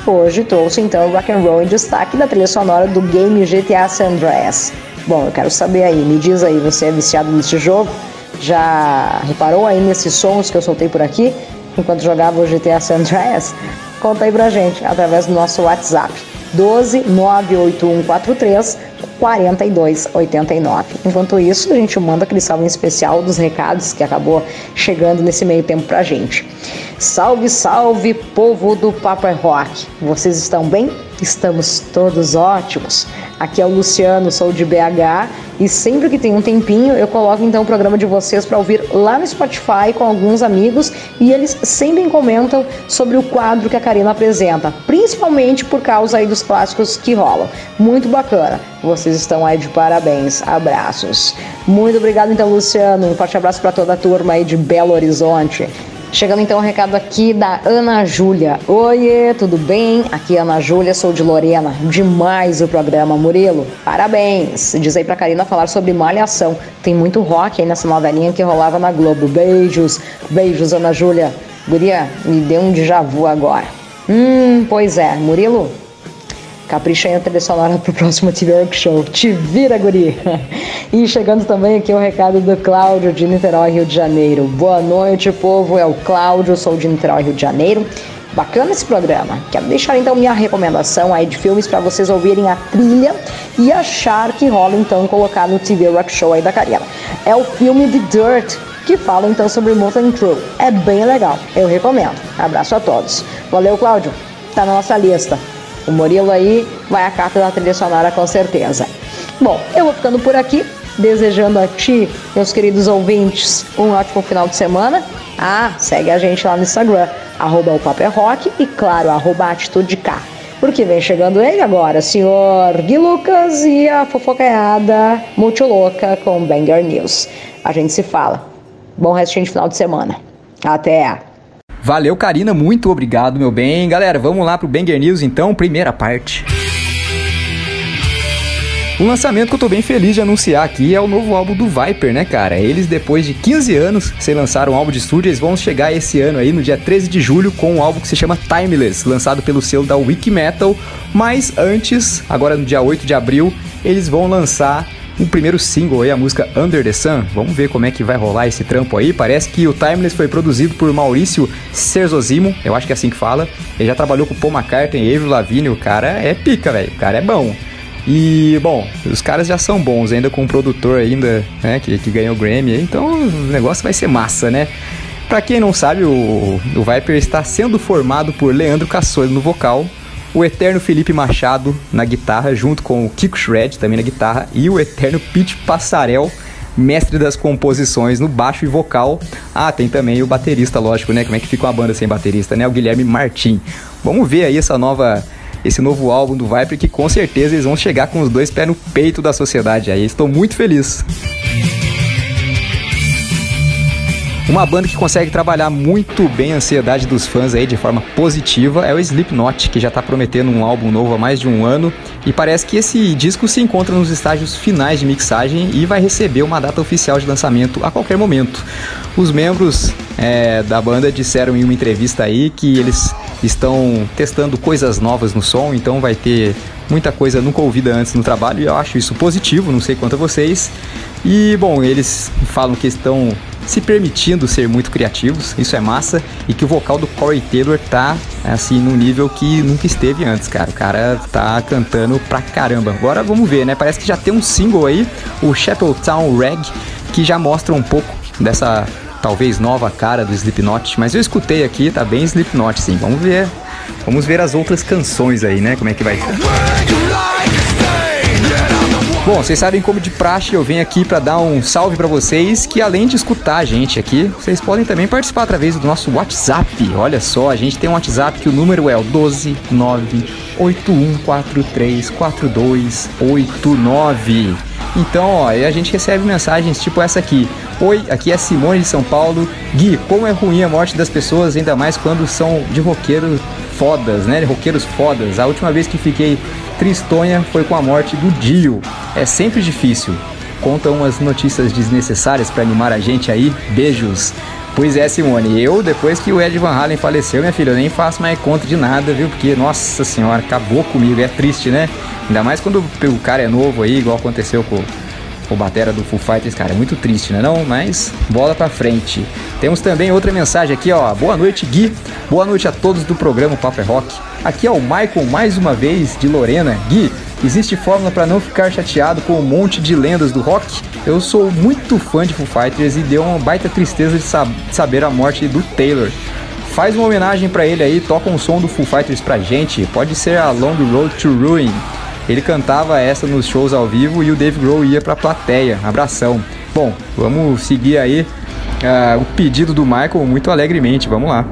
hoje trouxe então o Rock and Roll em destaque da trilha sonora do game GTA San Andreas. Bom, eu quero saber aí, me diz aí, você é viciado nesse jogo? Já reparou aí nesses sons que eu soltei por aqui enquanto jogava o GTA San Andreas? Conta aí pra gente através do nosso WhatsApp 12 98143 4289. Enquanto isso, a gente manda aquele salve especial dos recados que acabou chegando nesse meio tempo pra gente. Salve, salve, povo do Papo é Rock! Vocês estão bem? Estamos todos ótimos. Aqui é o Luciano, sou de BH e sempre que tem um tempinho eu coloco então o programa de vocês para ouvir lá no Spotify com alguns amigos e eles sempre comentam sobre o quadro que a Karina apresenta, principalmente por causa aí dos clássicos que rolam. Muito bacana. Vocês estão aí de parabéns. Abraços. Muito obrigado então, Luciano. Um forte abraço para toda a turma aí de Belo Horizonte. Chegando então o recado aqui da Ana Júlia. Oiê, tudo bem? Aqui é Ana Júlia, sou de Lorena. Demais o programa, Murilo. Parabéns. Diz aí pra Karina falar sobre Malhação. Tem muito rock aí nessa novelinha que rolava na Globo. Beijos. Beijos, Ana Júlia. Guria, me deu um déjà vu agora. Pois é, Murilo. Capricha aí a trilha sonora pro próximo TV Rock Show. Te vira, guri! E chegando também aqui o recado do Cláudio de Niterói, Rio de Janeiro. Boa noite, povo. É o Cláudio, sou de Niterói, Rio de Janeiro. Bacana esse programa. Quero deixar então minha recomendação aí de filmes para vocês ouvirem a trilha e achar que rola então colocar no TV Rock Show aí da Karina. É o filme The Dirt, que fala então sobre Motley Crue. É bem legal, eu recomendo. Abraço a todos. Valeu, Cláudio. Tá na nossa lista. O Murilo aí vai à carta da trilha sonora com certeza. Bom, eu vou ficando por aqui, desejando a ti, meus queridos ouvintes, um ótimo final de semana. Segue a gente lá no Instagram, @o Papo é Rock e claro, @atitudek. Porque vem chegando ele agora, senhor Gui Lucas e a fofocaiada multilouca com Banger News. A gente se fala. Bom restinho de final de semana. Até! Valeu, Karina, muito obrigado, meu bem. Galera, vamos lá pro Banger News, então, primeira parte. Um lançamento que eu tô bem feliz de anunciar aqui é o novo álbum do Viper, né, cara? Eles, depois de 15 anos sem lançar um álbum de estúdio, eles vão chegar esse ano aí, no dia 13 de julho, com um álbum que se chama Timeless, lançado pelo selo da Wiki Metal. Mas antes, agora no dia 8 de abril, eles vão lançar o primeiro single aí, a música Under the Sun. Vamos ver como é que vai rolar esse trampo aí. Parece que o Timeless foi produzido por Maurício Serzozimo, eu acho que é assim que fala. Ele já trabalhou com Paul McCartney e Avril Lavigne. O cara é pica, velho. O cara é bom. E, bom, os caras já são bons, ainda com um produtor ainda, né, que ganhou o Grammy. Então o negócio vai ser massa, né? Pra quem não sabe, o Viper está sendo formado por Leandro Cassoli no vocal, o eterno Felipe Machado na guitarra, junto com o Kiko Shred também na guitarra, e o eterno Pete Passarel, mestre das composições no baixo e vocal. Tem também o baterista, lógico, né? Como é que fica uma banda sem baterista, né? O Guilherme Martim. Vamos ver aí esse novo álbum do Viper, que com certeza eles vão chegar com os dois pés no peito da sociedade aí. Estou muito feliz. Uma banda que consegue trabalhar muito bem a ansiedade dos fãs aí de forma positiva é o Slipknot, que já está prometendo um álbum novo há mais de um ano, e parece que esse disco se encontra nos estágios finais de mixagem e vai receber uma data oficial de lançamento a qualquer momento. Os membros da banda disseram em uma entrevista aí que eles estão testando coisas novas no som, então vai ter muita coisa nunca ouvida antes no trabalho, e eu acho isso positivo, não sei quanto a vocês. E, bom, eles falam que estão se permitindo ser muito criativos, isso é massa, e que o vocal do Corey Taylor tá, assim, num nível que nunca esteve antes, cara. O cara tá cantando pra caramba. Agora vamos ver, né? Parece que já tem um single aí, o Chapeltown Rag, que já mostra um pouco dessa, talvez, nova cara do Slipknot, mas eu escutei aqui, tá bem Slipknot, sim. Vamos ver as outras canções aí, né? Como é que vai ser. Bom, vocês sabem como de praxe eu venho aqui para dar um salve para vocês, que além de escutar a gente aqui, vocês podem também participar através do nosso WhatsApp. Olha só, a gente tem um WhatsApp que o número é o 12981434289. Então, ó, a gente recebe mensagens tipo essa aqui. Oi, aqui é Simone de São Paulo. Gui, como é ruim a morte das pessoas, ainda mais quando são de roqueiros fodas, né? Roqueiros fodas. A última vez que fiquei tristonha foi com a morte do Dio. É sempre difícil. Conta umas notícias desnecessárias pra animar a gente aí. Beijos. Pois é, Simone, depois que o Ed Van Halen faleceu, minha filha, eu nem faço mais conta de nada, viu? Porque, nossa senhora, acabou comigo, é triste, né? Ainda mais quando o cara é novo aí, igual aconteceu com o batera do Foo Fighters, cara, é muito triste, né não? Mas bola pra frente. Temos também outra mensagem aqui, ó. Boa noite, Gui. Boa noite a todos do programa Papo é Rock. Aqui é o Michael, mais uma vez, de Lorena. Gui, existe fórmula pra não ficar chateado com um monte de lendas do rock? Eu sou muito fã de Foo Fighters e deu uma baita tristeza de saber a morte do Taylor. Faz uma homenagem pra ele aí, toca um som do Foo Fighters pra gente. Pode ser a Long Road to Ruin. Ele cantava essa nos shows ao vivo e o Dave Grohl ia pra plateia. Abração. Bom, vamos seguir aí o pedido do Michael muito alegremente. Vamos lá.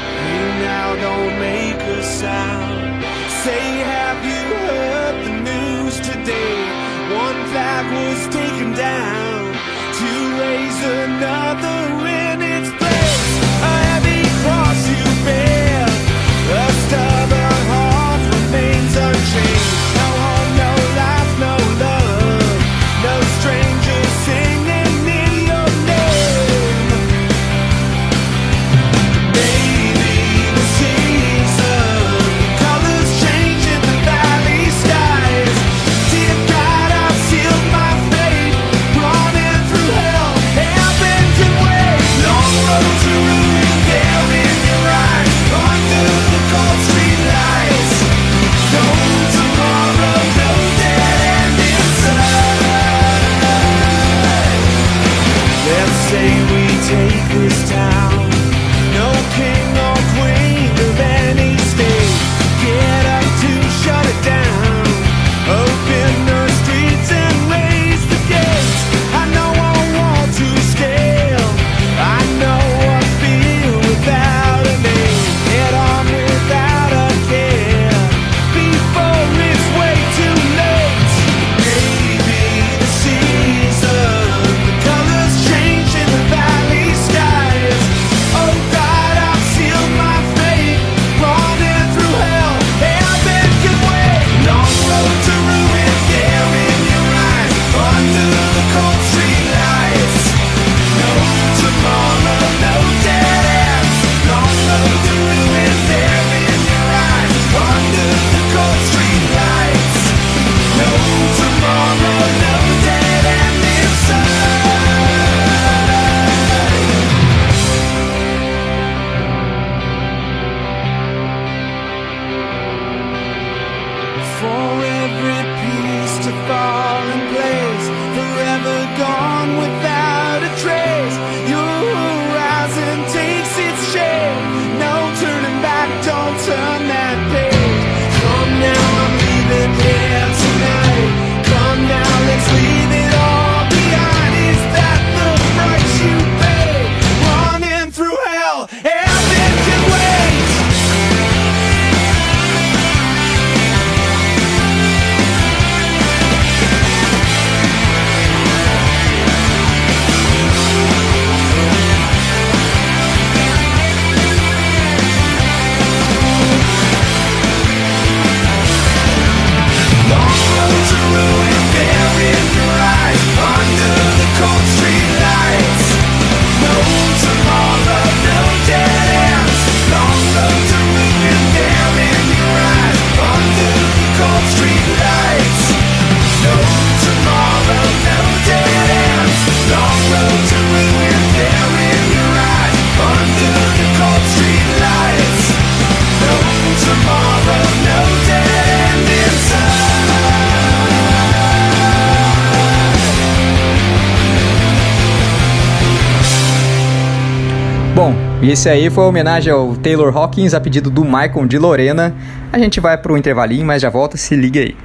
Bom, esse aí foi a homenagem ao Taylor Hawkins a pedido do Michael de Lorena. A gente vai pro intervalinho, mas já volta, se liga aí.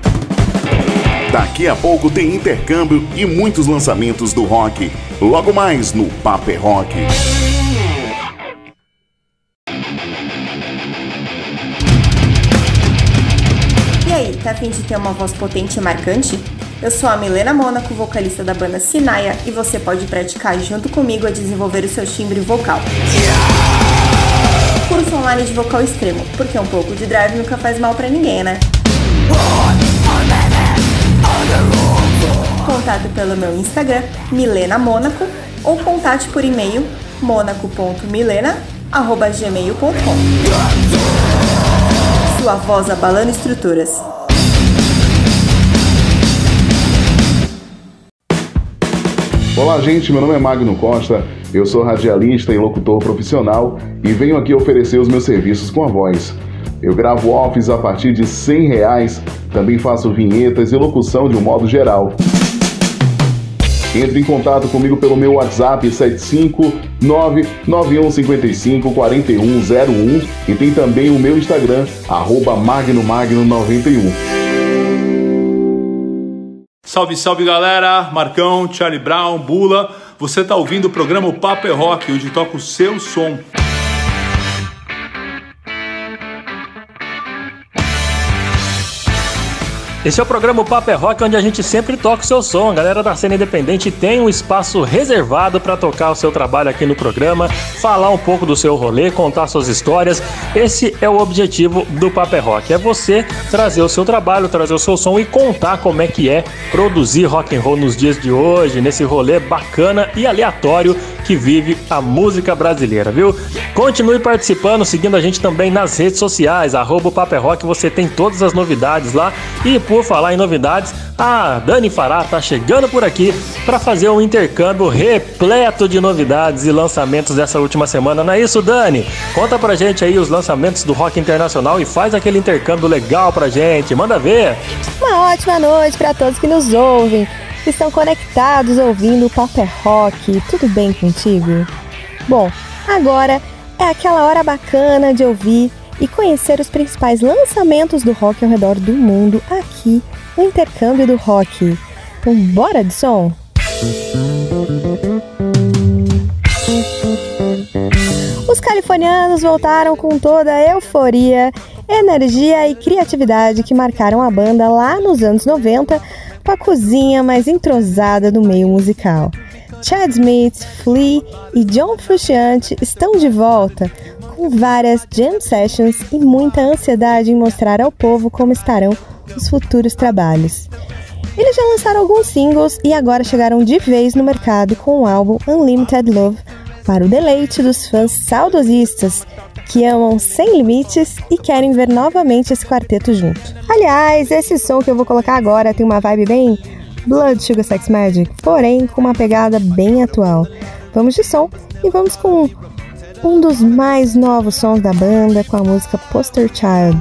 Daqui a pouco tem intercâmbio e muitos lançamentos do rock. Logo mais no Papo é Rock. E aí, tá a fim de ter uma voz potente e marcante? Eu sou a Milena Mônaco, vocalista da banda Sinaia, e você pode praticar junto comigo a desenvolver o seu timbre vocal. Curso online de vocal extremo, porque um pouco de drive nunca faz mal pra ninguém, né? Contato pelo meu Instagram, Milena Mônaco, ou contate por e-mail monaco.milena@gmail.com. Sua voz abalando estruturas. Olá, gente, meu nome é Magno Costa, eu sou radialista e locutor profissional e venho aqui oferecer os meus serviços com a voz. Eu gravo offs a partir de R$100, também faço vinhetas e locução de um modo geral. Entre em contato comigo pelo meu WhatsApp 759-9155-4101 e tem também o meu Instagram, @magnomagno91. Salve, salve galera, Marcão, Charlie Brown, Bula, você tá ouvindo o programa Papo é Rock, onde toca o seu som. Esse é o programa Papo é Rock, onde a gente sempre toca o seu som. A galera da cena independente tem um espaço reservado para tocar o seu trabalho aqui no programa, falar um pouco do seu rolê, contar suas histórias. Esse é o objetivo do Papo é Rock, é você trazer o seu trabalho, trazer o seu som e contar como é que é produzir rock and roll nos dias de hoje, nesse rolê bacana e aleatório que vive a música brasileira, viu? Continue participando, seguindo a gente também nas redes sociais, @Papo é Rock, você tem todas as novidades lá. E por falar em novidades, a Dani Fará tá chegando por aqui para fazer um intercâmbio repleto de novidades e lançamentos dessa última semana. Não é isso, Dani? Conta pra gente aí os lançamentos do rock internacional e faz aquele intercâmbio legal pra gente. Manda ver! Uma ótima noite para todos que nos ouvem, que estão conectados ouvindo o Papo é Rock. Tudo bem contigo? Bom, agora é aquela hora bacana de ouvir e conhecer os principais lançamentos do rock ao redor do mundo aqui no Intercâmbio do Rock. Então bora de som? Os californianos voltaram com toda a euforia, energia e criatividade que marcaram a banda lá nos anos 90 com a cozinha mais entrosada do meio musical. Chad Smith, Flea e John Frusciante estão de volta com várias jam sessions e muita ansiedade em mostrar ao povo como estarão os futuros trabalhos. Eles já lançaram alguns singles e agora chegaram de vez no mercado com o álbum Unlimited Love para o deleite dos fãs saudosistas que amam Sem Limites e querem ver novamente esse quarteto junto. Aliás, esse som que eu vou colocar agora tem uma vibe bem Blood Sugar Sex Magic, porém com uma pegada bem atual. Vamos de som e vamos com um dos mais novos sons da banda com a música Poster Child.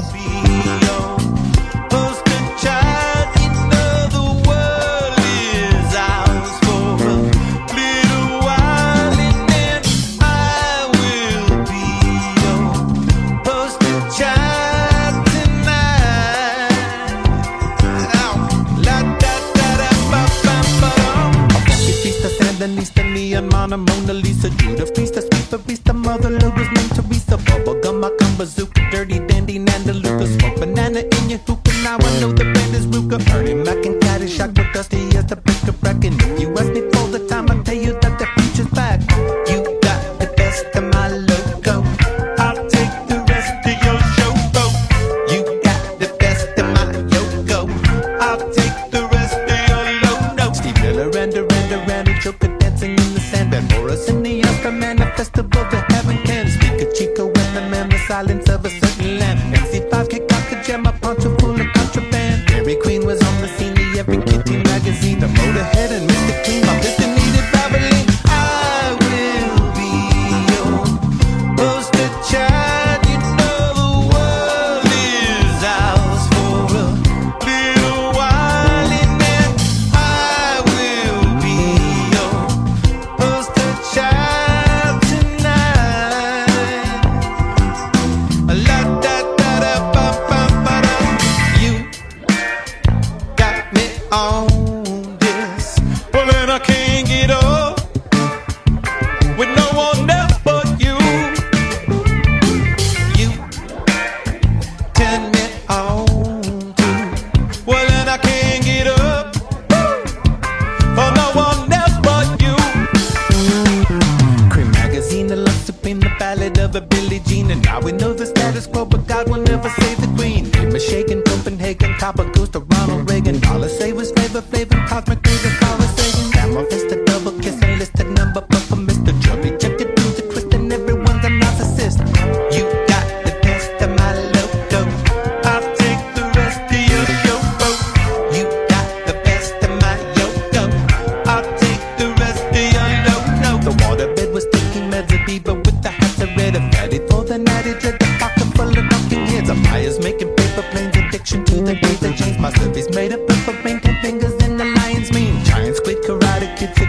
Mona Lisa, Judah, Feast, Sweeper, Beast, Mother Lucas, meant to be so bubblegum, I come bazooka, dirty dandy, Nanda Lucas, smoke banana in your hookah, now I know the band is Ruka, Ernie Mac and Caddyshack with Dusty as the break of bracket. If you ask me for the time, I tell you that the future's back. You got the best of my logo, I'll take the rest of your showboat. You got the best of my yogo, I'll take the rest of your low. Steve Miller and Randy Joker dancing in the sand, and Morris in the Oscar manifestival to heaven can speak a Chico and the man, the silence of a certain land. MC5 kick off the jam, a poncho full of contraband. Dairy Queen was on the scene, the Every Kitty magazine, the Motorhead and Mr. Clean.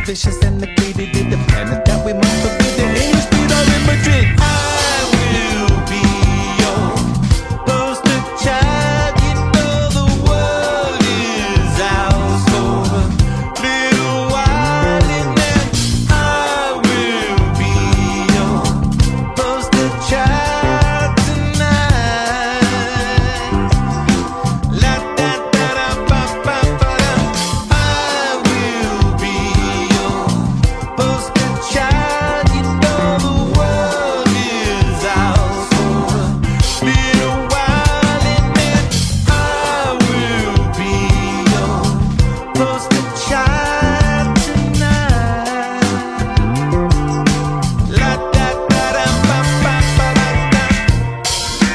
vicious and the greedy did the planet that we must forbid. The English beat are in Madrid. I will be your poster child. You know the world is ours for a little while, and then I will be your poster child tonight. La da da da ba ba ba da. I will be your poster child. You know the world is ours for a little while, and then I will be your poster child tonight. La da da da ba ba ba da da.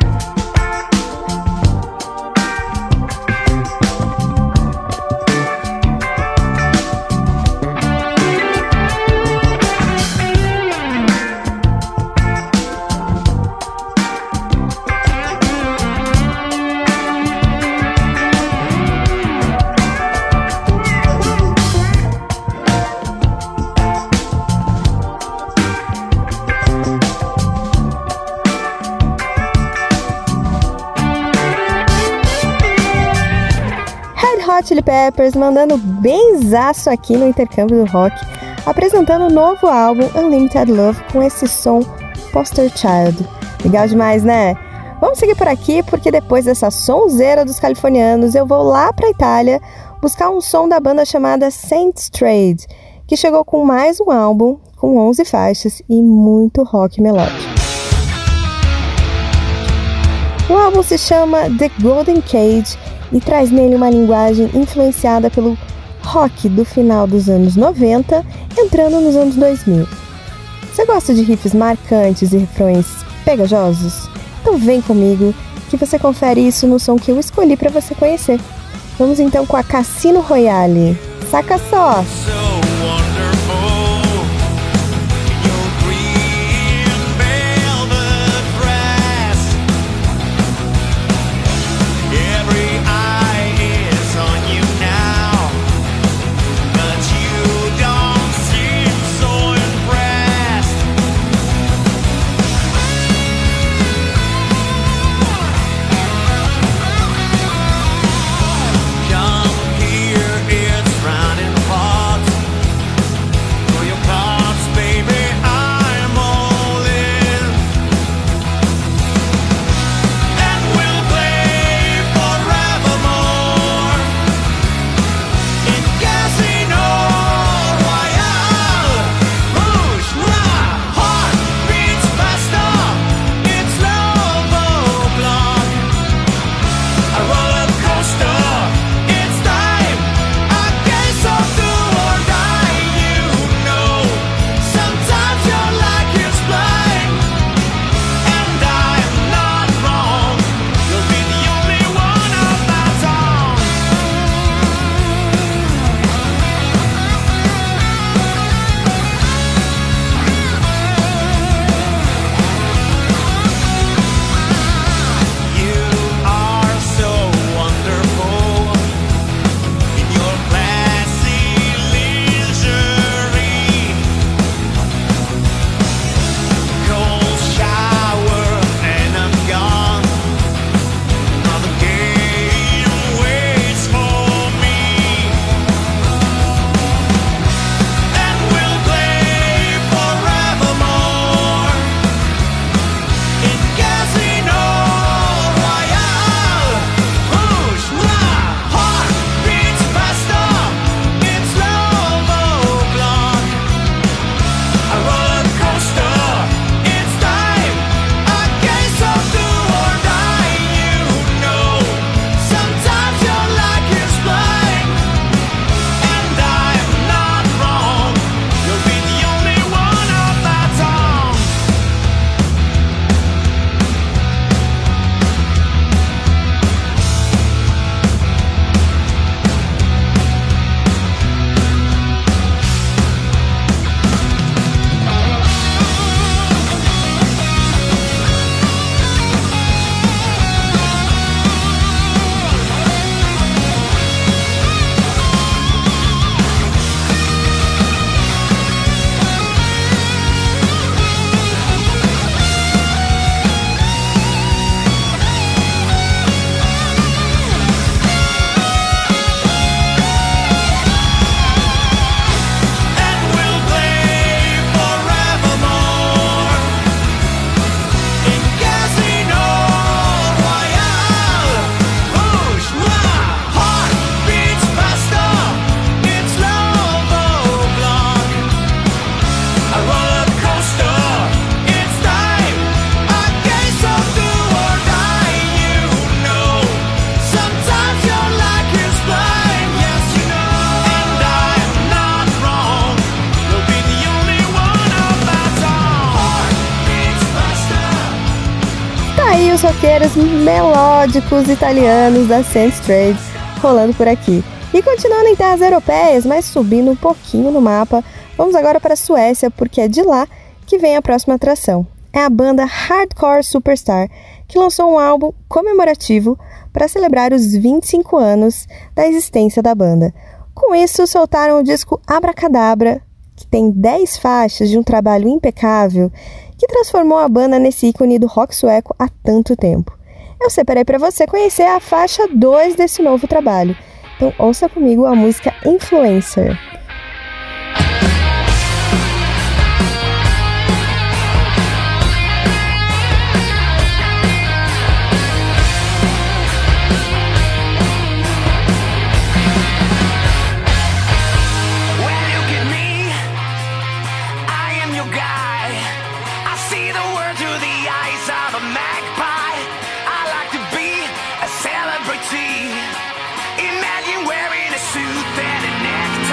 Red Hot Chili Peppers mandando benzaço aqui no intercâmbio do rock, apresentando o novo álbum Unlimited Love com esse som Poster Child. Legal demais, né? Vamos seguir por aqui porque depois dessa sonzeira dos californianos eu vou lá pra Itália buscar um som da banda chamada Saints Trade, que chegou com mais um álbum com 11 faixas e muito rock melódico. O álbum se chama The Golden Cage e traz nele uma linguagem influenciada pelo rock do final dos anos 90, entrando nos anos 2000. Você gosta de riffs marcantes e refrões pegajosos? Então vem comigo que você confere isso no som que eu escolhi para você conhecer. Vamos então com a Cassino Royale. Saca só! Come here, it's running hot. e os roqueiros melódicos italianos da Sense Trade rolando por aqui. E continuando em terras europeias, mas subindo um pouquinho no mapa, vamos agora para a Suécia, porque é de lá que vem a próxima atração. É a banda Hardcore Superstar, que lançou um álbum comemorativo para celebrar os 25 anos da existência da banda. Com isso, soltaram o disco Abracadabra, que tem 10 faixas de um trabalho impecável que transformou a banda nesse ícone do rock sueco há tanto tempo. Eu separei para você conhecer a faixa 2 desse novo trabalho. Então ouça comigo a música Influencer. Imagine wearing a suit and a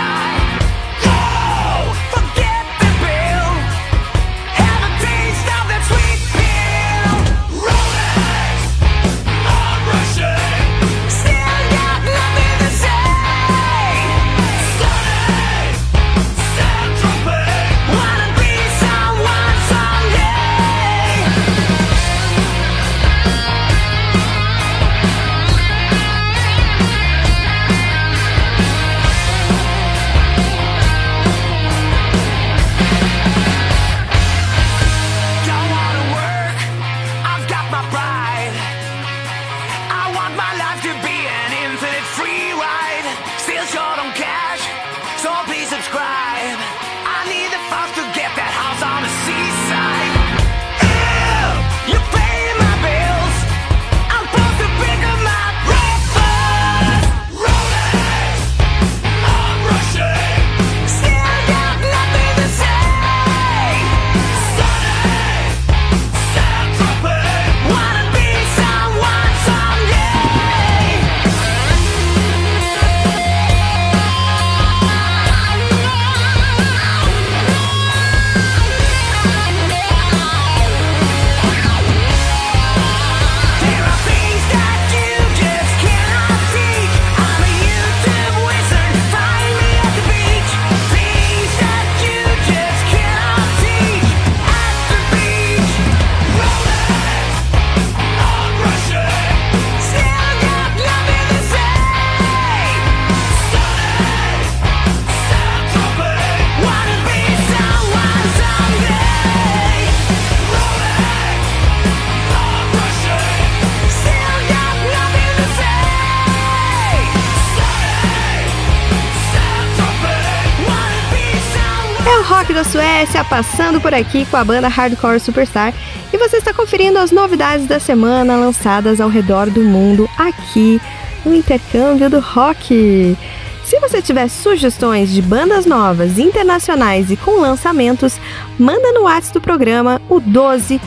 rock da Suécia passando por aqui com a banda Hardcore Superstar, e você está conferindo as novidades da semana lançadas ao redor do mundo aqui no Intercâmbio do Rock. Se você tiver sugestões de bandas novas, internacionais e com lançamentos, manda no WhatsApp do programa o 12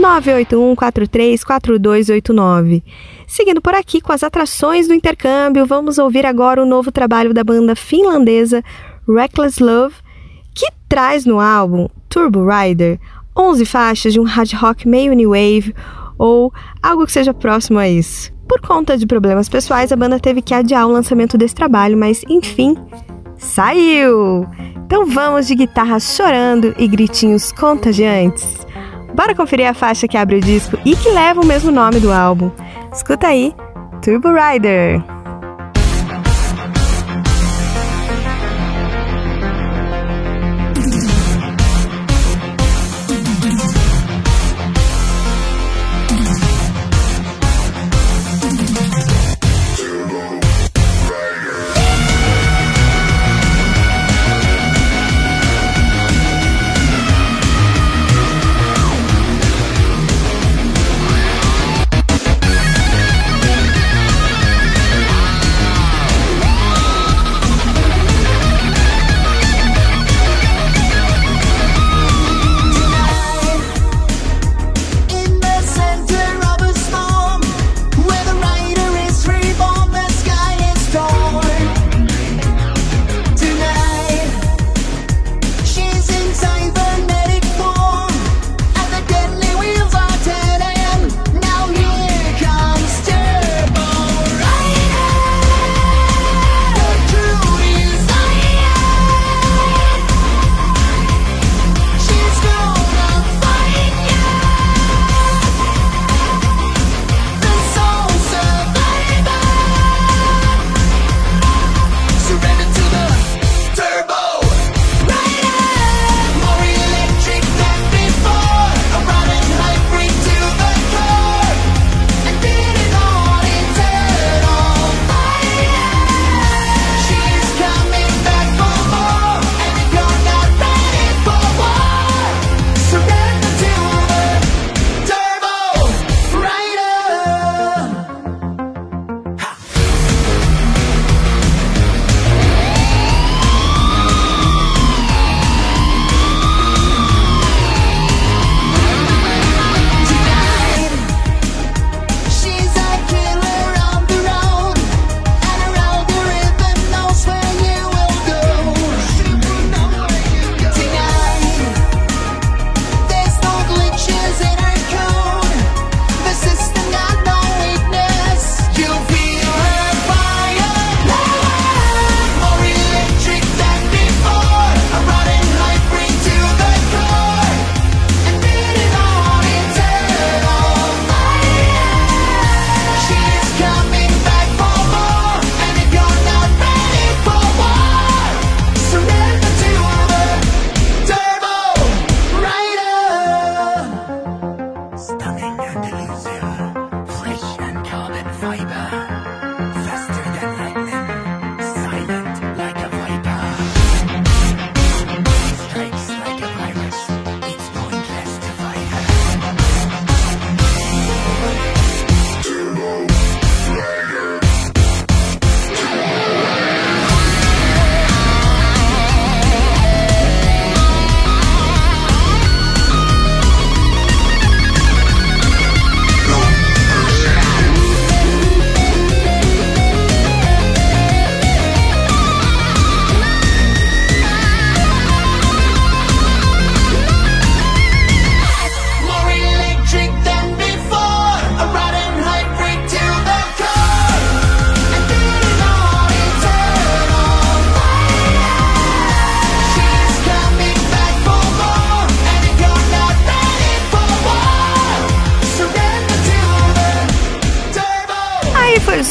981434289. Seguindo por aqui com as atrações do intercâmbio, vamos ouvir agora o novo trabalho da banda finlandesa Reckless Love, que traz no álbum Turbo Rider 11 faixas de um hard rock meio new wave ou algo que seja próximo a isso. Por conta de problemas pessoais, a banda teve que adiar o lançamento desse trabalho, mas enfim, saiu! Então vamos de guitarra chorando e gritinhos contagiantes. Bora conferir a faixa que abre o disco e que leva o mesmo nome do álbum. Escuta aí, Turbo Rider.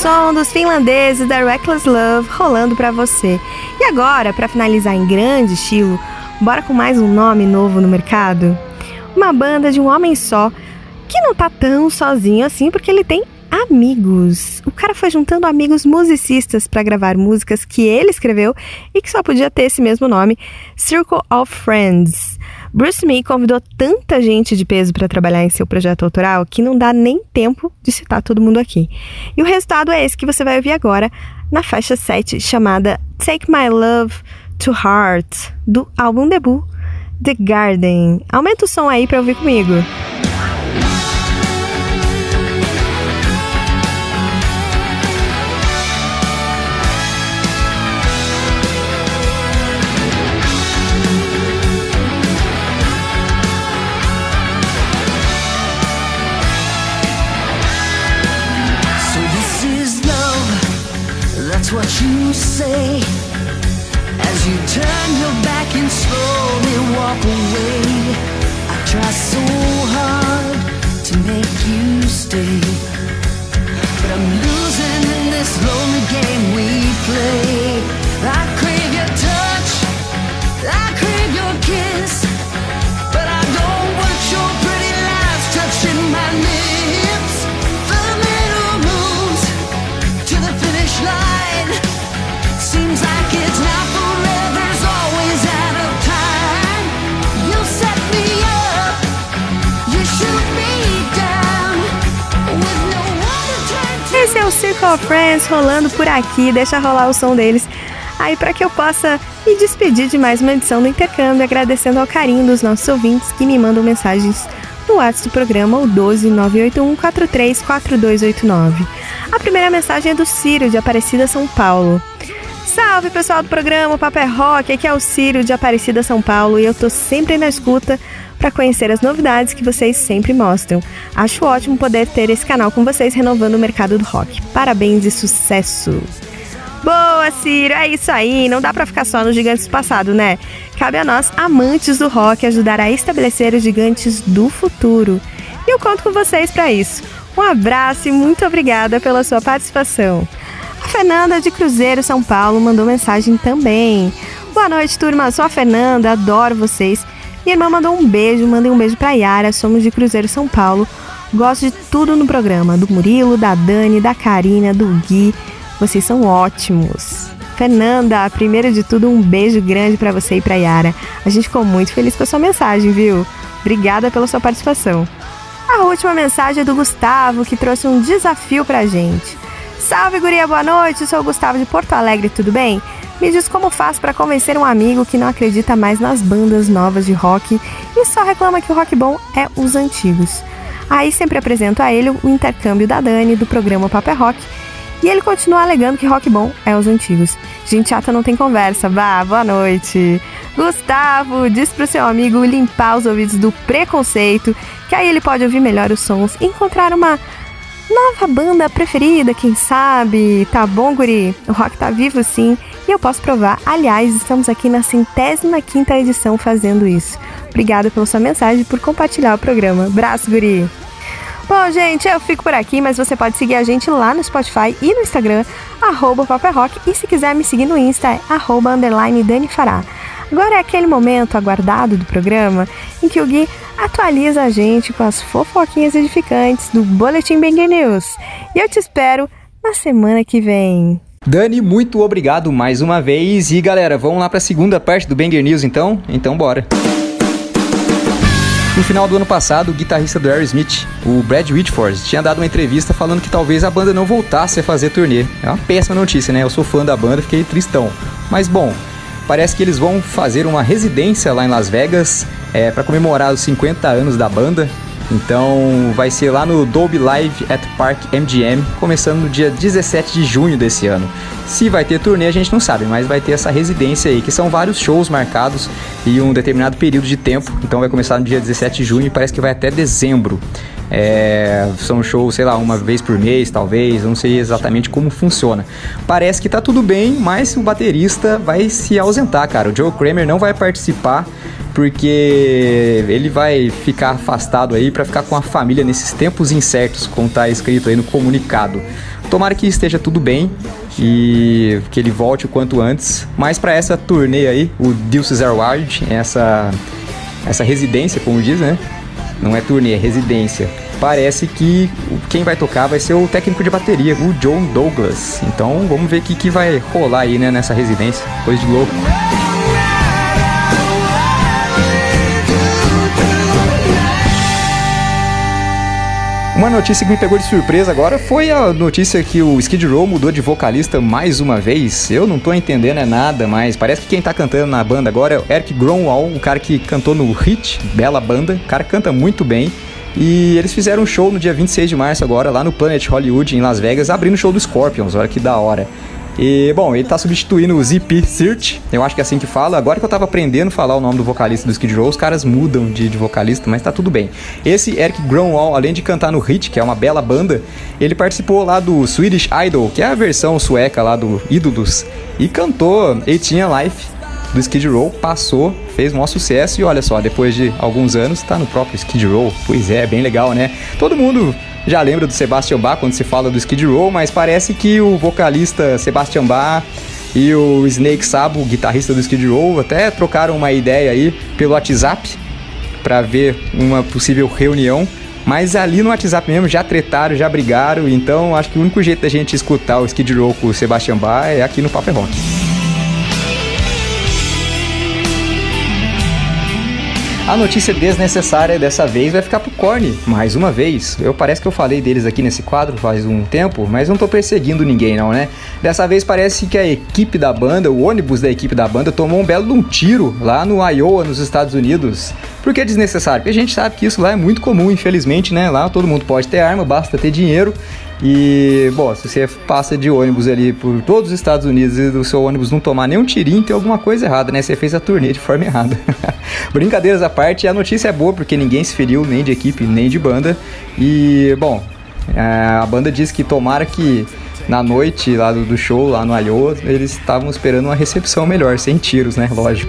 som dos finlandeses da Reckless Love rolando pra você. E agora, pra finalizar em grande estilo, bora com mais um nome novo no mercado? Uma banda de um homem só, que não tá tão sozinho assim, porque ele tem amigos. O cara foi juntando amigos musicistas para gravar músicas que ele escreveu e que só podia ter esse mesmo nome, Circle of Friends. Bruce Mee convidou tanta gente de peso para trabalhar em seu projeto autoral que não dá nem tempo de citar todo mundo aqui. E o resultado é esse que você vai ouvir agora na faixa 7, chamada Take My Love to Heart, do álbum debut The Garden. Aumenta o som aí para ouvir comigo. That's what you say as you turn your back and slowly walk away. I try so hard to make you stay, but I'm losing in this lonely game we play. I crave your touch, I crave your kiss, but I don't want your pretty lies touching my lips. The middle moves to the finish line. Seems like it's not forever's always out of time. You set me up, you shoot me down with no one to turn to. Esse é o Circle of Friends rolando por aqui. Deixa rolar o som deles aí para que eu possa me despedir de mais uma edição do Intercâmbio, agradecendo ao carinho dos nossos ouvintes que me mandam mensagens no WhatsApp do programa, o 12981434289. A primeira mensagem é do Ciro, de Aparecida, São Paulo. Salve, pessoal do programa Papo é Rock, aqui é o Ciro de Aparecida, São Paulo, e eu tô sempre na escuta para conhecer as novidades que vocês sempre mostram. Acho ótimo poder ter esse canal com vocês, renovando o mercado do rock. Parabéns e sucesso! Boa, Ciro, é isso aí, não dá pra ficar só nos gigantes do passado, né? Cabe a nós, amantes do rock, ajudar a estabelecer os gigantes do futuro. E eu conto com vocês pra isso. Um abraço e muito obrigada pela sua participação. A Fernanda de Cruzeiro, São Paulo, mandou mensagem também. Boa noite, turma. Sou a Fernanda, adoro vocês. Minha irmã mandou um beijo, mandei um beijo pra Yara. Somos de Cruzeiro, São Paulo. Gosto de tudo no programa, do Murilo, da Dani, da Karina, do Gui. Vocês são ótimos. Fernanda, primeiro de tudo, um beijo grande pra você e pra Yara. A gente ficou muito feliz com a sua mensagem, viu? Obrigada pela sua participação. A última mensagem é do Gustavo, que trouxe um desafio pra gente. Salve, guria, boa noite, sou o Gustavo de Porto Alegre, tudo bem? Me diz como faço para convencer um amigo que não acredita mais nas bandas novas de rock e só reclama que o rock bom é os antigos. Aí sempre apresento a ele o intercâmbio da Dani do programa Papo é Rock e ele continua alegando que rock bom é os antigos. Gente chata não tem conversa, boa noite. Gustavo, diz pro seu amigo limpar os ouvidos do preconceito, que aí ele pode ouvir melhor os sons e encontrar uma nova banda preferida, quem sabe? Tá bom, guri? O rock tá vivo sim e eu posso provar. Aliás, estamos aqui na 105ª edição fazendo isso. Obrigada pela sua mensagem e por compartilhar o programa. Abraço, guri! Bom, gente, eu fico por aqui, mas você pode seguir a gente lá no Spotify e no Instagram, @Papo é Rock, e se quiser me seguir no Insta é @DaniFará. Agora é aquele momento aguardado do programa em que o Gui atualiza a gente com as fofoquinhas edificantes do Boletim Banger News. E eu te espero na semana que vem. Dani, muito obrigado mais uma vez. E galera, vamos lá para a segunda parte do Banger News então? Então bora. No final do ano passado, o guitarrista do Aerosmith, o Brad Whitford, tinha dado uma entrevista falando que talvez a banda não voltasse a fazer turnê. É uma péssima notícia, né? Eu sou fã da banda, fiquei tristão. Mas bom, parece que eles vão fazer uma residência lá em Las Vegas para comemorar os 50 anos da banda. Então vai ser lá no Dolby Live at Park MGM, começando no dia 17 de junho desse ano. Se vai ter turnê a gente não sabe, mas vai ter essa residência aí, que são vários shows marcados em um determinado período de tempo. Então vai começar no dia 17 de junho e parece que vai até dezembro. São shows, sei lá, uma vez por mês talvez, eu não sei exatamente como funciona. Parece que tá tudo bem, mas o baterista vai se ausentar, cara. O Joe Kramer não vai participar porque ele vai ficar afastado aí para ficar com a família nesses tempos incertos, como tá escrito aí no comunicado. Tomara que esteja tudo bem e que ele volte o quanto antes. Mas para essa turnê aí, o Deuces Are Wild, essa residência, como diz, né? Não é turnê, é residência. Parece que quem vai tocar vai ser o técnico de bateria, o John Douglas. Então vamos ver o que vai rolar aí, né, nessa residência. Coisa de louco. Uma notícia que me pegou de surpresa agora foi a notícia que o Skid Row mudou de vocalista mais uma vez. Eu não tô entendendo nada, mas parece que quem tá cantando na banda agora é o Eric Grunwald, o cara que cantou no Hit, bela banda. O cara canta muito bem. E eles fizeram um show no dia 26 de março agora, lá no Planet Hollywood, em Las Vegas, abrindo o show do Scorpions. Olha que da hora. E, bom, ele tá substituindo o ZP Search, eu acho que é assim que fala. Agora que eu tava aprendendo a falar o nome do vocalista do Skid Row, os caras mudam de vocalista, mas tá tudo bem. Esse Eric Grunwald, além de cantar no Hit, que é uma bela banda, ele participou lá do Swedish Idol, que é a versão sueca lá do Ídolos, e cantou 18 Life do Skid Row, passou, fez um maior sucesso, e olha só, depois de alguns anos tá no próprio Skid Row. Pois é, bem legal, né? Todo mundo já lembra do Sebastian Bach quando se fala do Skid Row, mas parece que o vocalista Sebastian Bach e o Snake Sabo, o guitarrista do Skid Row, até trocaram uma ideia aí pelo WhatsApp para ver uma possível reunião, mas ali no WhatsApp mesmo já tretaram, já brigaram. Então acho que o único jeito da gente escutar o Skid Row com o Sebastian Bach é aqui no Papo é Rock. A notícia desnecessária dessa vez vai ficar pro Korn, mais uma vez. Parece que eu falei deles aqui nesse quadro faz um tempo, mas não tô perseguindo ninguém não, né? Dessa vez parece que a equipe da banda, o ônibus da equipe da banda, tomou um belo tiro lá no Iowa, nos Estados Unidos. Por que é desnecessário? Porque a gente sabe que isso lá é muito comum, infelizmente, né? Lá todo mundo pode ter arma, basta ter dinheiro. E, bom, se você passa de ônibus ali por todos os Estados Unidos e o seu ônibus não tomar nenhum tirinho, tem alguma coisa errada, né? Você fez a turnê de forma errada. Brincadeiras à parte, a notícia é boa porque ninguém se feriu, nem de equipe, nem de banda. E, bom, a banda diz que tomara que na noite lá do show, lá no Iowa, eles estavam esperando uma recepção melhor, sem tiros, né? Lógico.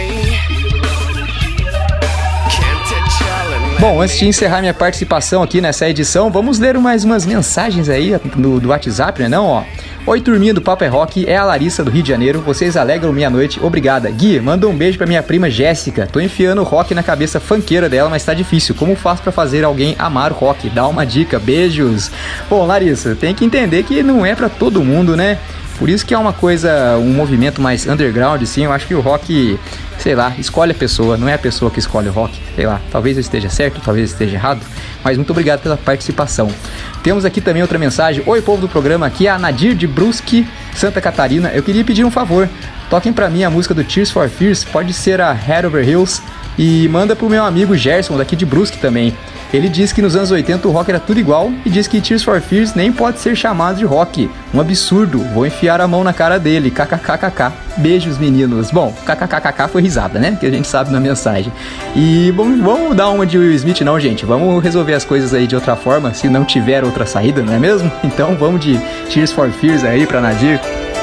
Bom, antes de encerrar minha participação aqui nessa edição, vamos ler mais umas mensagens aí do WhatsApp, né não, ó. Oi, turminha do Papo é Rock, é a Larissa do Rio de Janeiro, vocês alegram minha noite, obrigada. Gui, manda um beijo pra minha prima Jéssica, tô enfiando o rock na cabeça funkeira dela, mas tá difícil, como faço pra fazer alguém amar o rock? Dá uma dica, beijos. Bom, Larissa, tem que entender que não é pra todo mundo, né? Por isso que é uma coisa, um movimento mais underground, assim. Eu acho que o rock, sei lá, escolhe a pessoa, não é a pessoa que escolhe o rock, sei lá. Talvez eu esteja certo, talvez eu esteja errado, mas muito obrigado pela participação. Temos aqui também outra mensagem. Oi, povo do programa, aqui é a Nadir de Brusque, Santa Catarina. Eu queria pedir um favor, toquem pra mim a música do Tears for Fears, pode ser a Head Over Heels, e manda pro meu amigo Gerson, daqui de Brusque também. Ele diz que nos anos 80 o rock era tudo igual e diz que Tears for Fears nem pode ser chamado de rock. Um absurdo, vou enfiar a mão na cara dele, kkkk. Beijos, meninos. Bom, kkkk foi risada, né? Que a gente sabe na mensagem. E bom, vamos dar uma de Will Smith não, gente. Vamos resolver as coisas aí de outra forma, se não tiver outra saída, não é mesmo? Então vamos de Tears for Fears aí pra Nadir.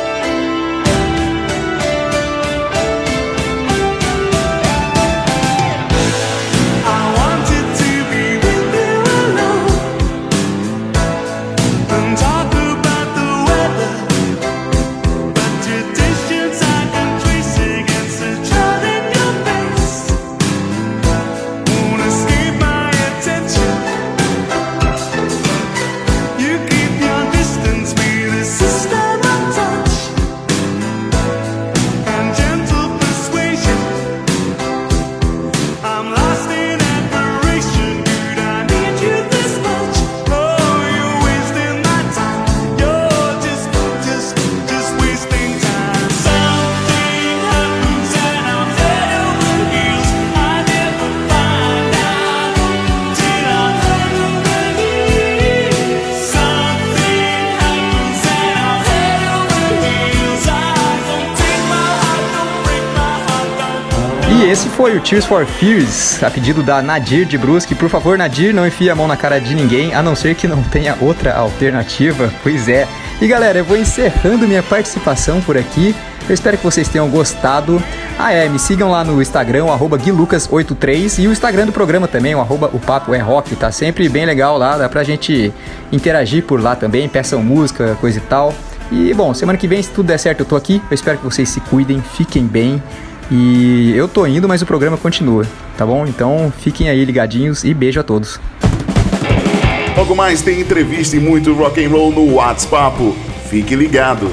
Esse foi o Tears for Fears, a pedido da Nadir de Brusque. Por favor, Nadir, não enfie a mão na cara de ninguém, a não ser que não tenha outra alternativa. Pois é. E galera, eu vou encerrando minha participação por aqui. Eu espero que vocês tenham gostado. Me sigam lá no Instagram, @guilucas83, e o Instagram do programa também, o Papo é Rock. Tá sempre bem legal lá, dá pra gente interagir por lá também, peçam música, coisa e tal. E bom, semana que vem, se tudo der certo, eu tô aqui. Eu espero que vocês se cuidem, fiquem bem. E eu tô indo, mas o programa continua, tá bom? Então fiquem aí ligadinhos e beijo a todos. Logo mais tem entrevista e muito rock and roll no WhatsApp. Fique ligado.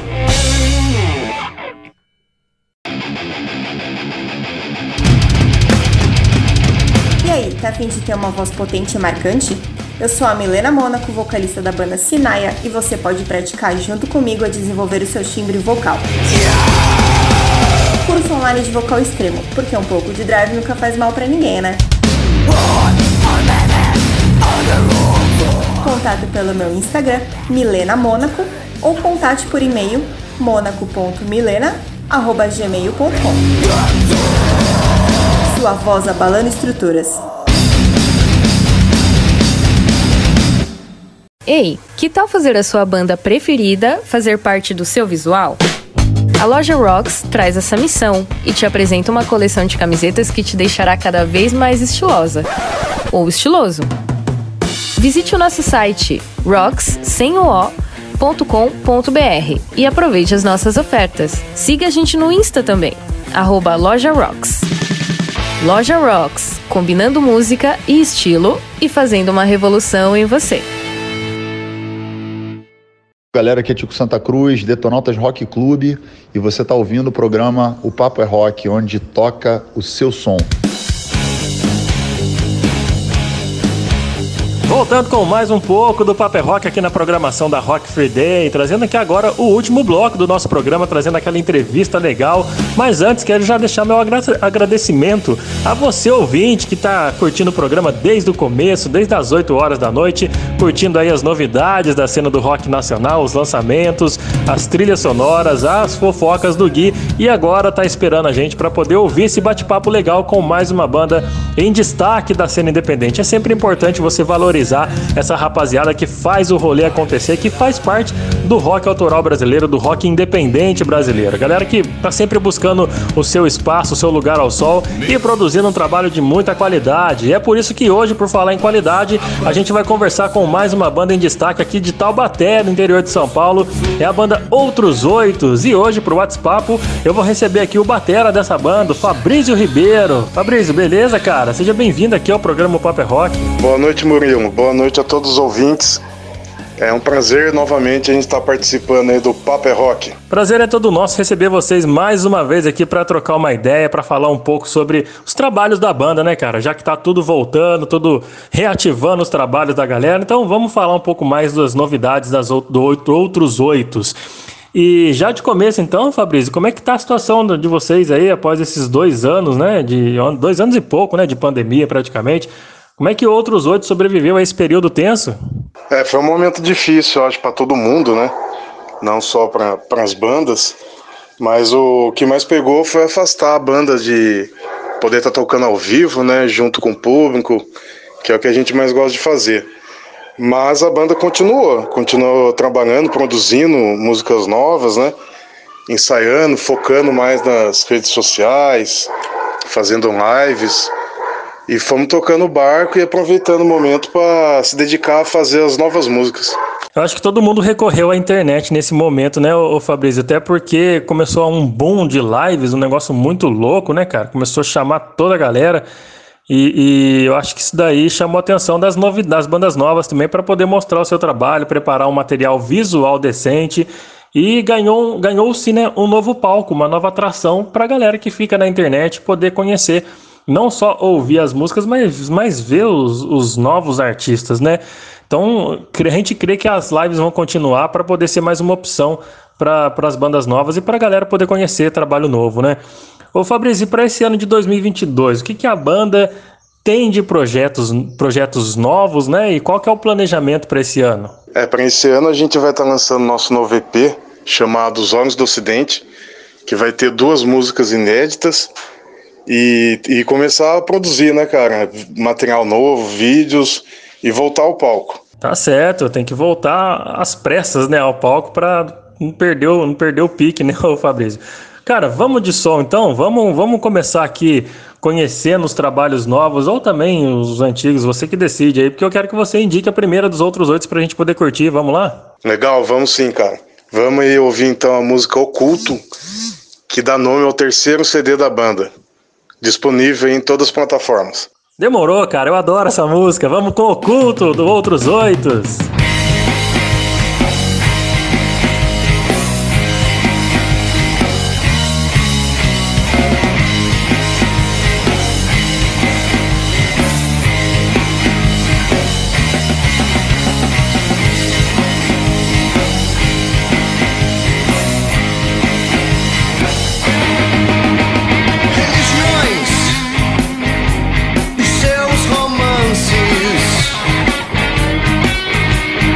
E aí, tá a fim de ter uma voz potente e marcante? Eu sou a Milena Mônaco, vocalista da banda Sinaia, e você pode praticar junto comigo a desenvolver o seu timbre vocal. Curso online de vocal extremo, porque um pouco de drive nunca faz mal pra ninguém, né? Contato pelo meu Instagram, Milena Mônaco, ou contate por e-mail, monaco.milena@gmail.com. Sua voz abalando estruturas. Ei, que tal fazer a sua banda preferida fazer parte do seu visual? A loja Rocks traz essa missão e te apresenta uma coleção de camisetas que te deixará cada vez mais estilosa ou estiloso. Visite o nosso site rocks.com.br e aproveite as nossas ofertas. Siga a gente no Insta também, @Loja Rocks. Loja Rocks, combinando música e estilo e fazendo uma revolução em você. Galera, aqui é Tico Santa Cruz, Detonautas Rock Clube, e você está ouvindo o programa O Papo é Rock, onde toca o seu som. Voltando com mais um pouco do Papo é Rock aqui na programação da Rock Free Day, trazendo aqui agora o último bloco do nosso programa, trazendo aquela entrevista legal. Mas antes, quero já deixar meu agradecimento a você, ouvinte, que está curtindo o programa desde o começo, desde as 8 horas da noite, curtindo aí as novidades da cena do rock nacional, os lançamentos, as trilhas sonoras, as fofocas do Gui, e agora tá esperando a gente para poder ouvir esse bate-papo legal com mais uma banda em destaque da cena independente. É sempre importante você valorizar essa rapaziada que faz o rolê acontecer, que faz parte do rock autoral brasileiro, do rock independente brasileiro. Galera que tá sempre buscando o seu espaço, o seu lugar ao sol e produzindo um trabalho de muita qualidade. E é por isso que hoje, por falar em qualidade, a gente vai conversar com mais uma banda em destaque aqui de Taubaté, no interior de São Paulo. É a banda Outros Oitos. E hoje, pro WhatsApp, eu vou receber aqui o batera dessa banda, o Fabrício Ribeiro. Fabrício, beleza, cara? Seja bem-vindo aqui ao programa Papo é Rock. Boa noite, Murilo. Boa noite a todos os ouvintes. É um prazer novamente a gente estar participando aí do Papo é Rock. Prazer é todo nosso receber vocês mais uma vez aqui para trocar uma ideia, para falar um pouco sobre os trabalhos da banda, né, cara? Já que tá tudo voltando, tudo reativando os trabalhos da galera. Então vamos falar um pouco mais das novidades do Outros Oitos. E já de começo, então, Fabrício, como é que tá a situação de vocês aí após esses 2 anos, né? 2 anos e pouco, né? De pandemia praticamente. Como é que Outros Oitos sobreviveu a esse período tenso? Foi um momento difícil, eu acho, para todo mundo, né? Não só para as bandas, mas o que mais pegou foi afastar a banda de poder estar tocando ao vivo, né? Junto com o público, que é o que a gente mais gosta de fazer. Mas a banda continuou trabalhando, produzindo músicas novas, né? Ensaiando, focando mais nas redes sociais, fazendo lives. E fomos tocando o barco e aproveitando o momento para se dedicar a fazer as novas músicas. Eu acho que todo mundo recorreu à internet nesse momento, né, ô Fabrício? Até porque começou um boom de lives, um negócio muito louco, né, cara? Começou a chamar toda a galera. E eu acho que isso daí chamou a atenção das bandas novas também, para poder mostrar o seu trabalho, preparar um material visual decente. E ganhou-se, né, um novo palco, uma nova atração para a galera que fica na internet poder conhecer. Não só ouvir as músicas, mas ver os novos artistas, né? Então, a gente crê que as lives vão continuar para poder ser mais uma opção para as bandas novas e para a galera poder conhecer trabalho novo, né? Ô Fabrício, e para esse ano de 2022, o que a banda tem de projetos novos, né? E qual que é o planejamento para esse ano? Para esse ano a gente vai estar lançando nosso novo EP, chamado Os Homens do Ocidente, que vai ter 2 músicas inéditas. E começar a produzir, né, cara? Material novo, vídeos e voltar ao palco. Tá certo, tem que voltar às pressas, né, ao palco para não perder o pique, né, Fabrício? Cara, vamos de som então? Vamos começar aqui conhecendo os trabalhos novos ou também os antigos, você que decide aí, porque eu quero que você indique a primeira dos outros 8 pra gente poder curtir, vamos lá? Legal, vamos sim, cara. Vamos aí ouvir então a música Oculto, que dá nome ao terceiro CD da banda, disponível em todas as plataformas. Demorou, cara, eu adoro essa música, vamos com Oculto do Outros 8. Religiões e seus romances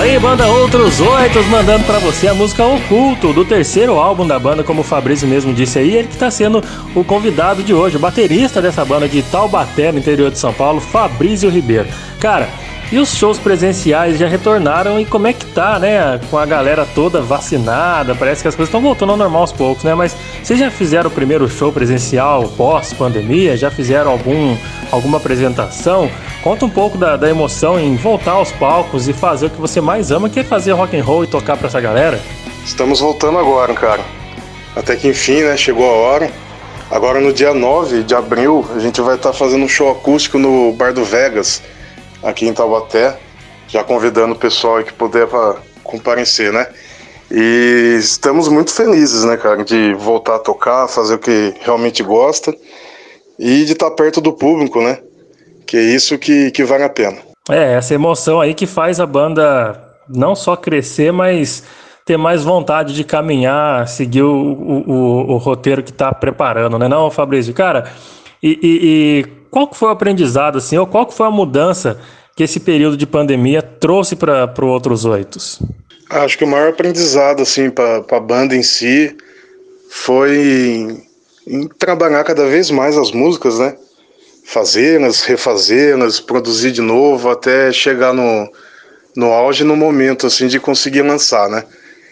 aí, banda Outros Oitos, mandando pra você a música Oculto, do terceiro álbum da banda, como o Fabrício mesmo disse aí, ele que tá sendo o convidado de hoje, o baterista dessa banda de Taubaté, no interior de São Paulo, Fabrício Ribeiro. Cara, e os shows presenciais já retornaram e como é que tá, né, com a galera toda vacinada, parece que as coisas estão voltando ao normal aos poucos, né, mas vocês já fizeram o primeiro show presencial pós-pandemia? Já fizeram alguma apresentação? Conta um pouco da emoção em voltar aos palcos e fazer o que você mais ama, que é fazer rock and roll e tocar pra essa galera. Estamos voltando agora, cara. Até que enfim, né, chegou a hora. Agora no dia 9 de abril, a gente vai estar fazendo um show acústico no Bar do Vegas, aqui em Taubaté, já convidando o pessoal aí que puder para comparecer, né? E estamos muito felizes, né, cara, de voltar a tocar, fazer o que realmente gosta e de estar perto do público, né? Que é isso que vale a pena. É, essa emoção aí que faz a banda não só crescer, mas ter mais vontade de caminhar, seguir o roteiro que tá preparando, né não, Fabrício? Cara, e qual que foi o aprendizado, assim, ou qual que foi a mudança que esse período de pandemia trouxe para Outros Oitos? Acho que o maior aprendizado, assim, para a banda em si foi em trabalhar cada vez mais as músicas, né? Fazê-las, refazê-las, produzir de novo, até chegar no auge, no momento, assim, de conseguir lançar, né?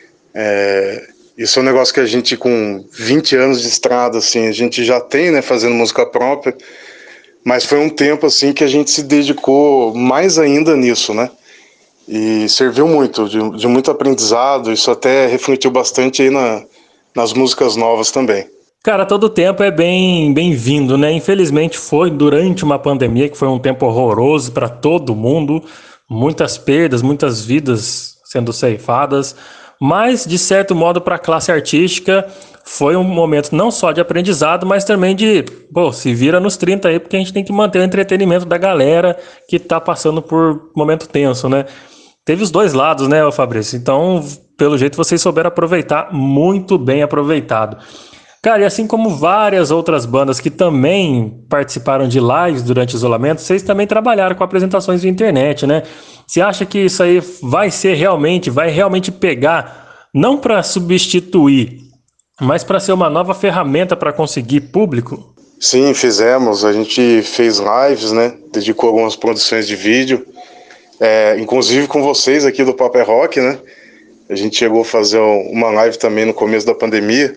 Isso é um negócio que a gente, com 20 anos de estrada, assim, a gente já tem, né, fazendo música própria, mas foi um tempo, assim, que a gente se dedicou mais ainda nisso, né? E serviu muito, de muito aprendizado, isso até refletiu bastante aí nas músicas novas também. Cara, todo tempo é bem-vindo, né? Infelizmente foi durante uma pandemia, que foi um tempo horroroso para todo mundo, muitas perdas, muitas vidas sendo ceifadas, mas, de certo modo, para a classe artística, foi um momento não só de aprendizado, mas também de, se vira nos 30 aí, porque a gente tem que manter o entretenimento da galera que tá passando por momento tenso, né? Teve os dois lados, né, Fabrício? Então, pelo jeito, vocês souberam aproveitar, muito bem aproveitado. Cara, e assim como várias outras bandas que também participaram de lives durante o isolamento, vocês também trabalharam com apresentações via internet, né? Você acha que isso aí vai realmente pegar, não para substituir, mas para ser uma nova ferramenta para conseguir público? Sim, fizemos. A gente fez lives, né? Dedicou algumas produções de vídeo, inclusive com vocês aqui do Papo é Rock, né? A gente chegou a fazer uma live também no começo da pandemia.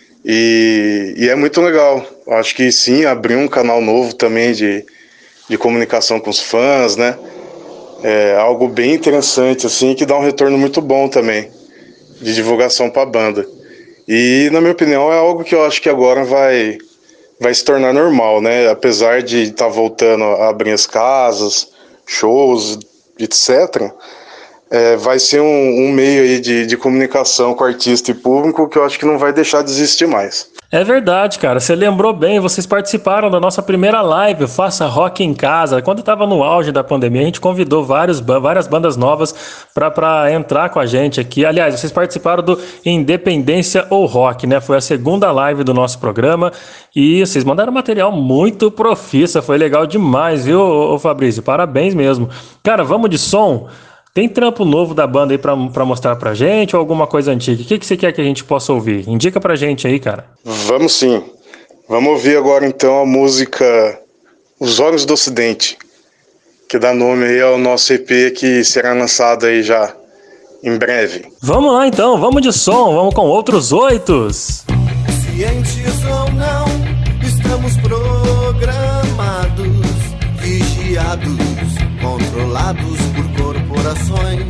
E é muito legal. Acho que sim, abriu um canal novo também de comunicação com os fãs, né? É algo bem interessante, assim, que dá um retorno muito bom também, de divulgação para a banda. E, na minha opinião, é algo que eu acho que agora vai se tornar normal, né? Apesar de estar voltando a abrir as casas, shows, etc., vai ser um meio aí de comunicação com artista e público que eu acho que não vai deixar de existir mais. É verdade, cara. Você lembrou bem, vocês participaram da nossa primeira live, Faça Rock em Casa. Quando estava no auge da pandemia, a gente convidou várias bandas novas para entrar com a gente aqui. Aliás, vocês participaram do Independência ou Rock, né? Foi a segunda live do nosso programa e vocês mandaram material muito profissa. Foi legal demais, viu, Fabrício? Parabéns mesmo. Cara, vamos de som? Tem trampo novo da banda aí pra mostrar pra gente ou alguma coisa antiga? O que você quer que a gente possa ouvir? Indica pra gente aí, cara. Vamos sim. Vamos ouvir agora então a música Os Olhos do Ocidente, que dá nome aí ao nosso EP que será lançado aí já em breve. Vamos lá então, vamos de som, vamos com Outros Oitos. Cientes ou não, estamos programados, vigiados, controlados por corporações.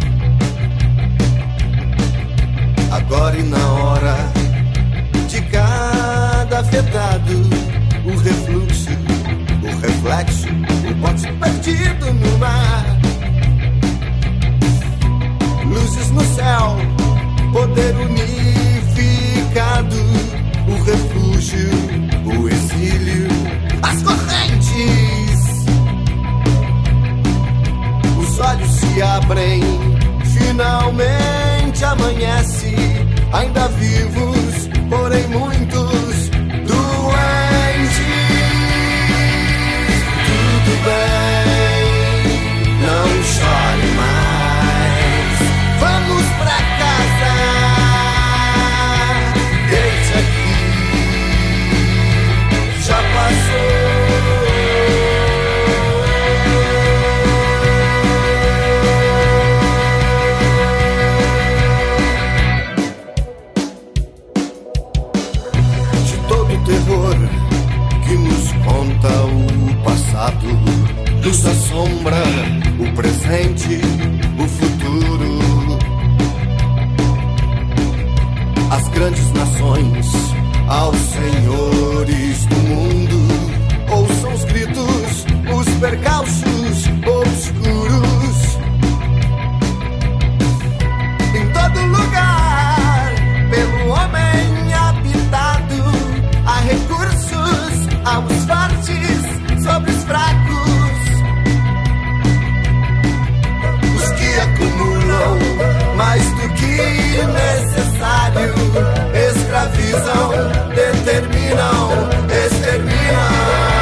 Agora e na hora de cada afetado, o refluxo, o reflexo, o bote perdido no mar. Luzes no céu, poder unificado, o refúgio, o exílio, luz da sombra, o presente, o futuro. As grandes nações, aos senhores do mundo, ouçam os gritos, os percalços obscuros. Em todo lugar, pelo homem habitado, há recursos, há os fortes sobre os fracos. Os que acumulam mais do que necessário, escravizam, determinam, exterminam.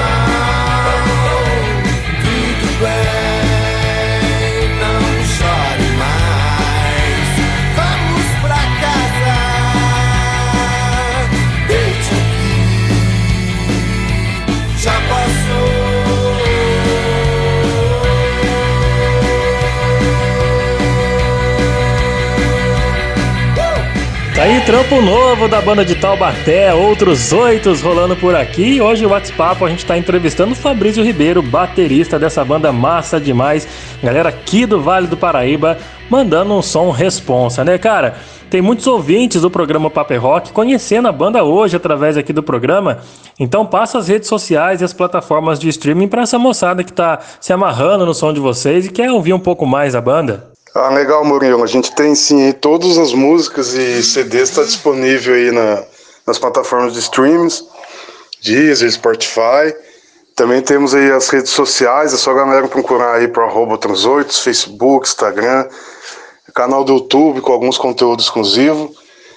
Tudo bem, não chore mais. Vamos pra casa, deite aqui, já passou. Tá aí, trampo novo da banda de Taubaté, outros 8 rolando por aqui. E hoje o WhatsApp a gente tá entrevistando o Fabrício Ribeiro, baterista dessa banda massa demais. Galera aqui do Vale do Paraíba, mandando um som responsa, né, cara? Tem muitos ouvintes do programa Papo Rock conhecendo a banda hoje através aqui do programa. Então passa as redes sociais e as plataformas de streaming pra essa moçada que tá se amarrando no som de vocês e quer ouvir um pouco mais a banda. Ah, legal, Murilo. A gente tem sim aí todas as músicas e CDs está disponível aí nas plataformas de streams, Deezer, Spotify. Também temos aí as redes sociais, é só a galera procurar aí para @Trans8, Facebook, Instagram, canal do YouTube com alguns conteúdos exclusivos.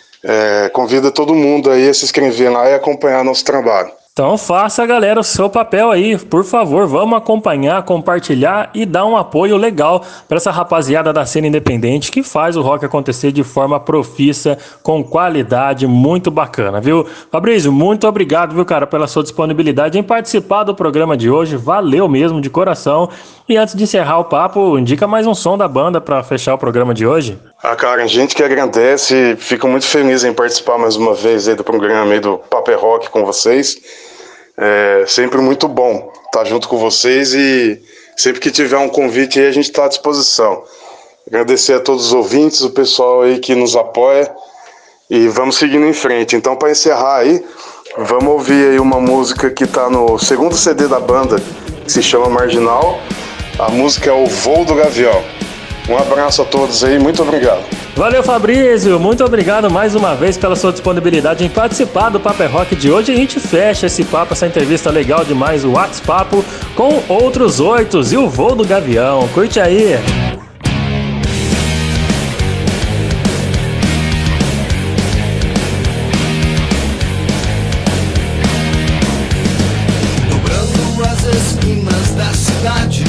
Convida todo mundo aí a se inscrever lá e acompanhar nosso trabalho. Então faça, galera, o seu papel aí, por favor, vamos acompanhar, compartilhar e dar um apoio legal para essa rapaziada da cena independente que faz o rock acontecer de forma profissa, com qualidade, muito bacana, viu? Fabrício, muito obrigado, viu, cara, pela sua disponibilidade em participar do programa de hoje, valeu mesmo, de coração. E antes de encerrar o papo, indica mais um som da banda para fechar o programa de hoje. Ah, cara, a gente que agradece, fico muito feliz em participar mais uma vez aí do programa aí do Papo Rock com vocês. É sempre muito bom estar junto com vocês e sempre que tiver um convite aí a gente está à disposição. Agradecer a todos os ouvintes, o pessoal aí que nos apoia e vamos seguindo em frente. Então, para encerrar aí, vamos ouvir aí uma música que está no segundo CD da banda, que se chama Marginal. A música é O Voo do Gavião. Um abraço a todos aí, muito obrigado. Valeu, Fabrício, muito obrigado mais uma vez pela sua disponibilidade em participar do Papo Rock de hoje. A gente fecha esse papo, essa entrevista legal demais, o WhatsApp, com outros 8 e o Voo do Gavião. Curte aí! Dobrando as esquinas da cidade,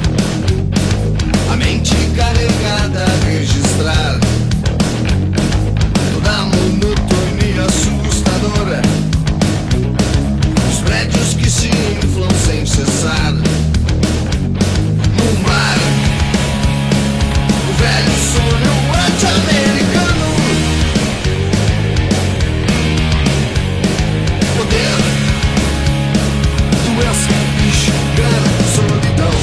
a mente carregada a registrar toda a monotonia assustadora, os prédios que se inflam sem cessar. No mar, o velho sonho anti-americano, poder, doença, engano, solidão.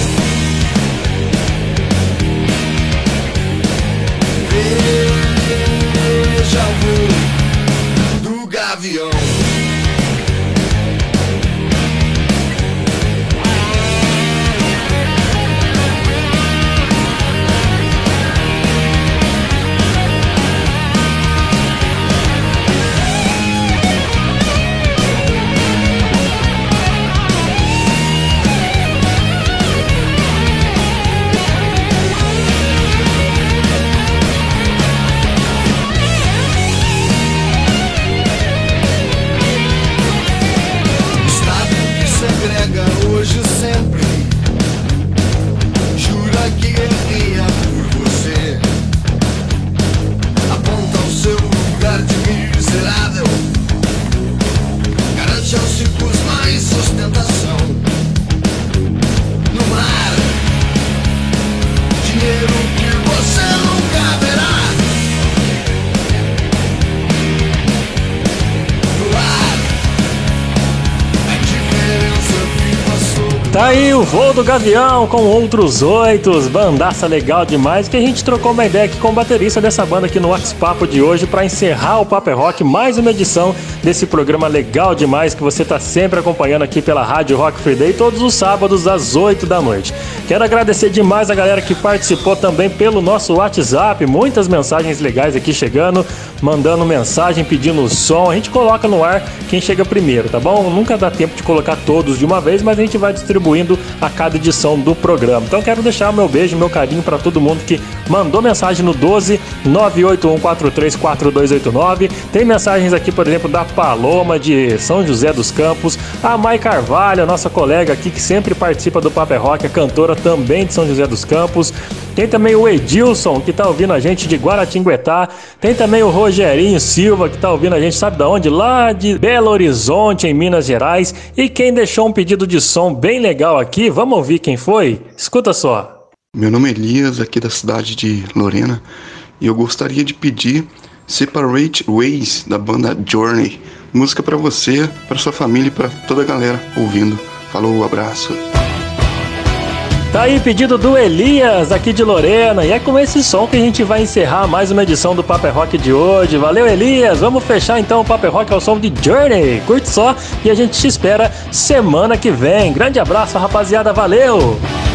Veja o voo do gavião. Hoje sempre jura que guerreia por você, aponta o seu lugar de miserável, garante aos ricos mais ostentação. No mar, dinheiro que você nunca verá. No ar, a diferença viva sobre Tá aí o Voo do Gavião com outros 8, bandaça legal demais, que a gente trocou uma ideia aqui com o baterista dessa banda aqui no WhatsApp de hoje para encerrar o Papo é Rock, mais uma edição desse programa legal demais que você tá sempre acompanhando aqui pela Rádio Rock Free Day todos os sábados às 8 da noite. Quero agradecer demais a galera que participou também pelo nosso WhatsApp, muitas mensagens legais aqui chegando, mandando mensagem, pedindo som, a gente coloca no ar quem chega primeiro, tá bom? Nunca dá tempo de colocar todos de uma vez, mas a gente vai distribuindo a cada edição do programa. Então quero deixar o meu beijo, meu carinho para todo mundo que mandou mensagem no 12 981434289. Tem mensagens aqui, por exemplo, da Paloma de São José dos Campos, a Mai Carvalho, nossa colega aqui que sempre participa do Papo é Rock, a cantora também de São José dos Campos. Tem também o Edilson, que tá ouvindo a gente de Guaratinguetá. Tem também o Rogerinho Silva, que tá ouvindo a gente, sabe de onde? Lá de Belo Horizonte, em Minas Gerais. E quem deixou um pedido de som bem legal aqui, vamos ouvir quem foi? Escuta só. Meu nome é Elias, aqui da cidade de Lorena, e eu gostaria de pedir Separate Ways, da banda Journey. Música pra você, pra sua família e pra toda a galera ouvindo. Falou, abraço. Tá aí pedido do Elias, aqui de Lorena, e é com esse som que a gente vai encerrar mais uma edição do Papo é Rock de hoje. Valeu, Elias! Vamos fechar então o Papo é Rock ao som de Journey. Curte só e a gente te espera semana que vem. Grande abraço, rapaziada, valeu!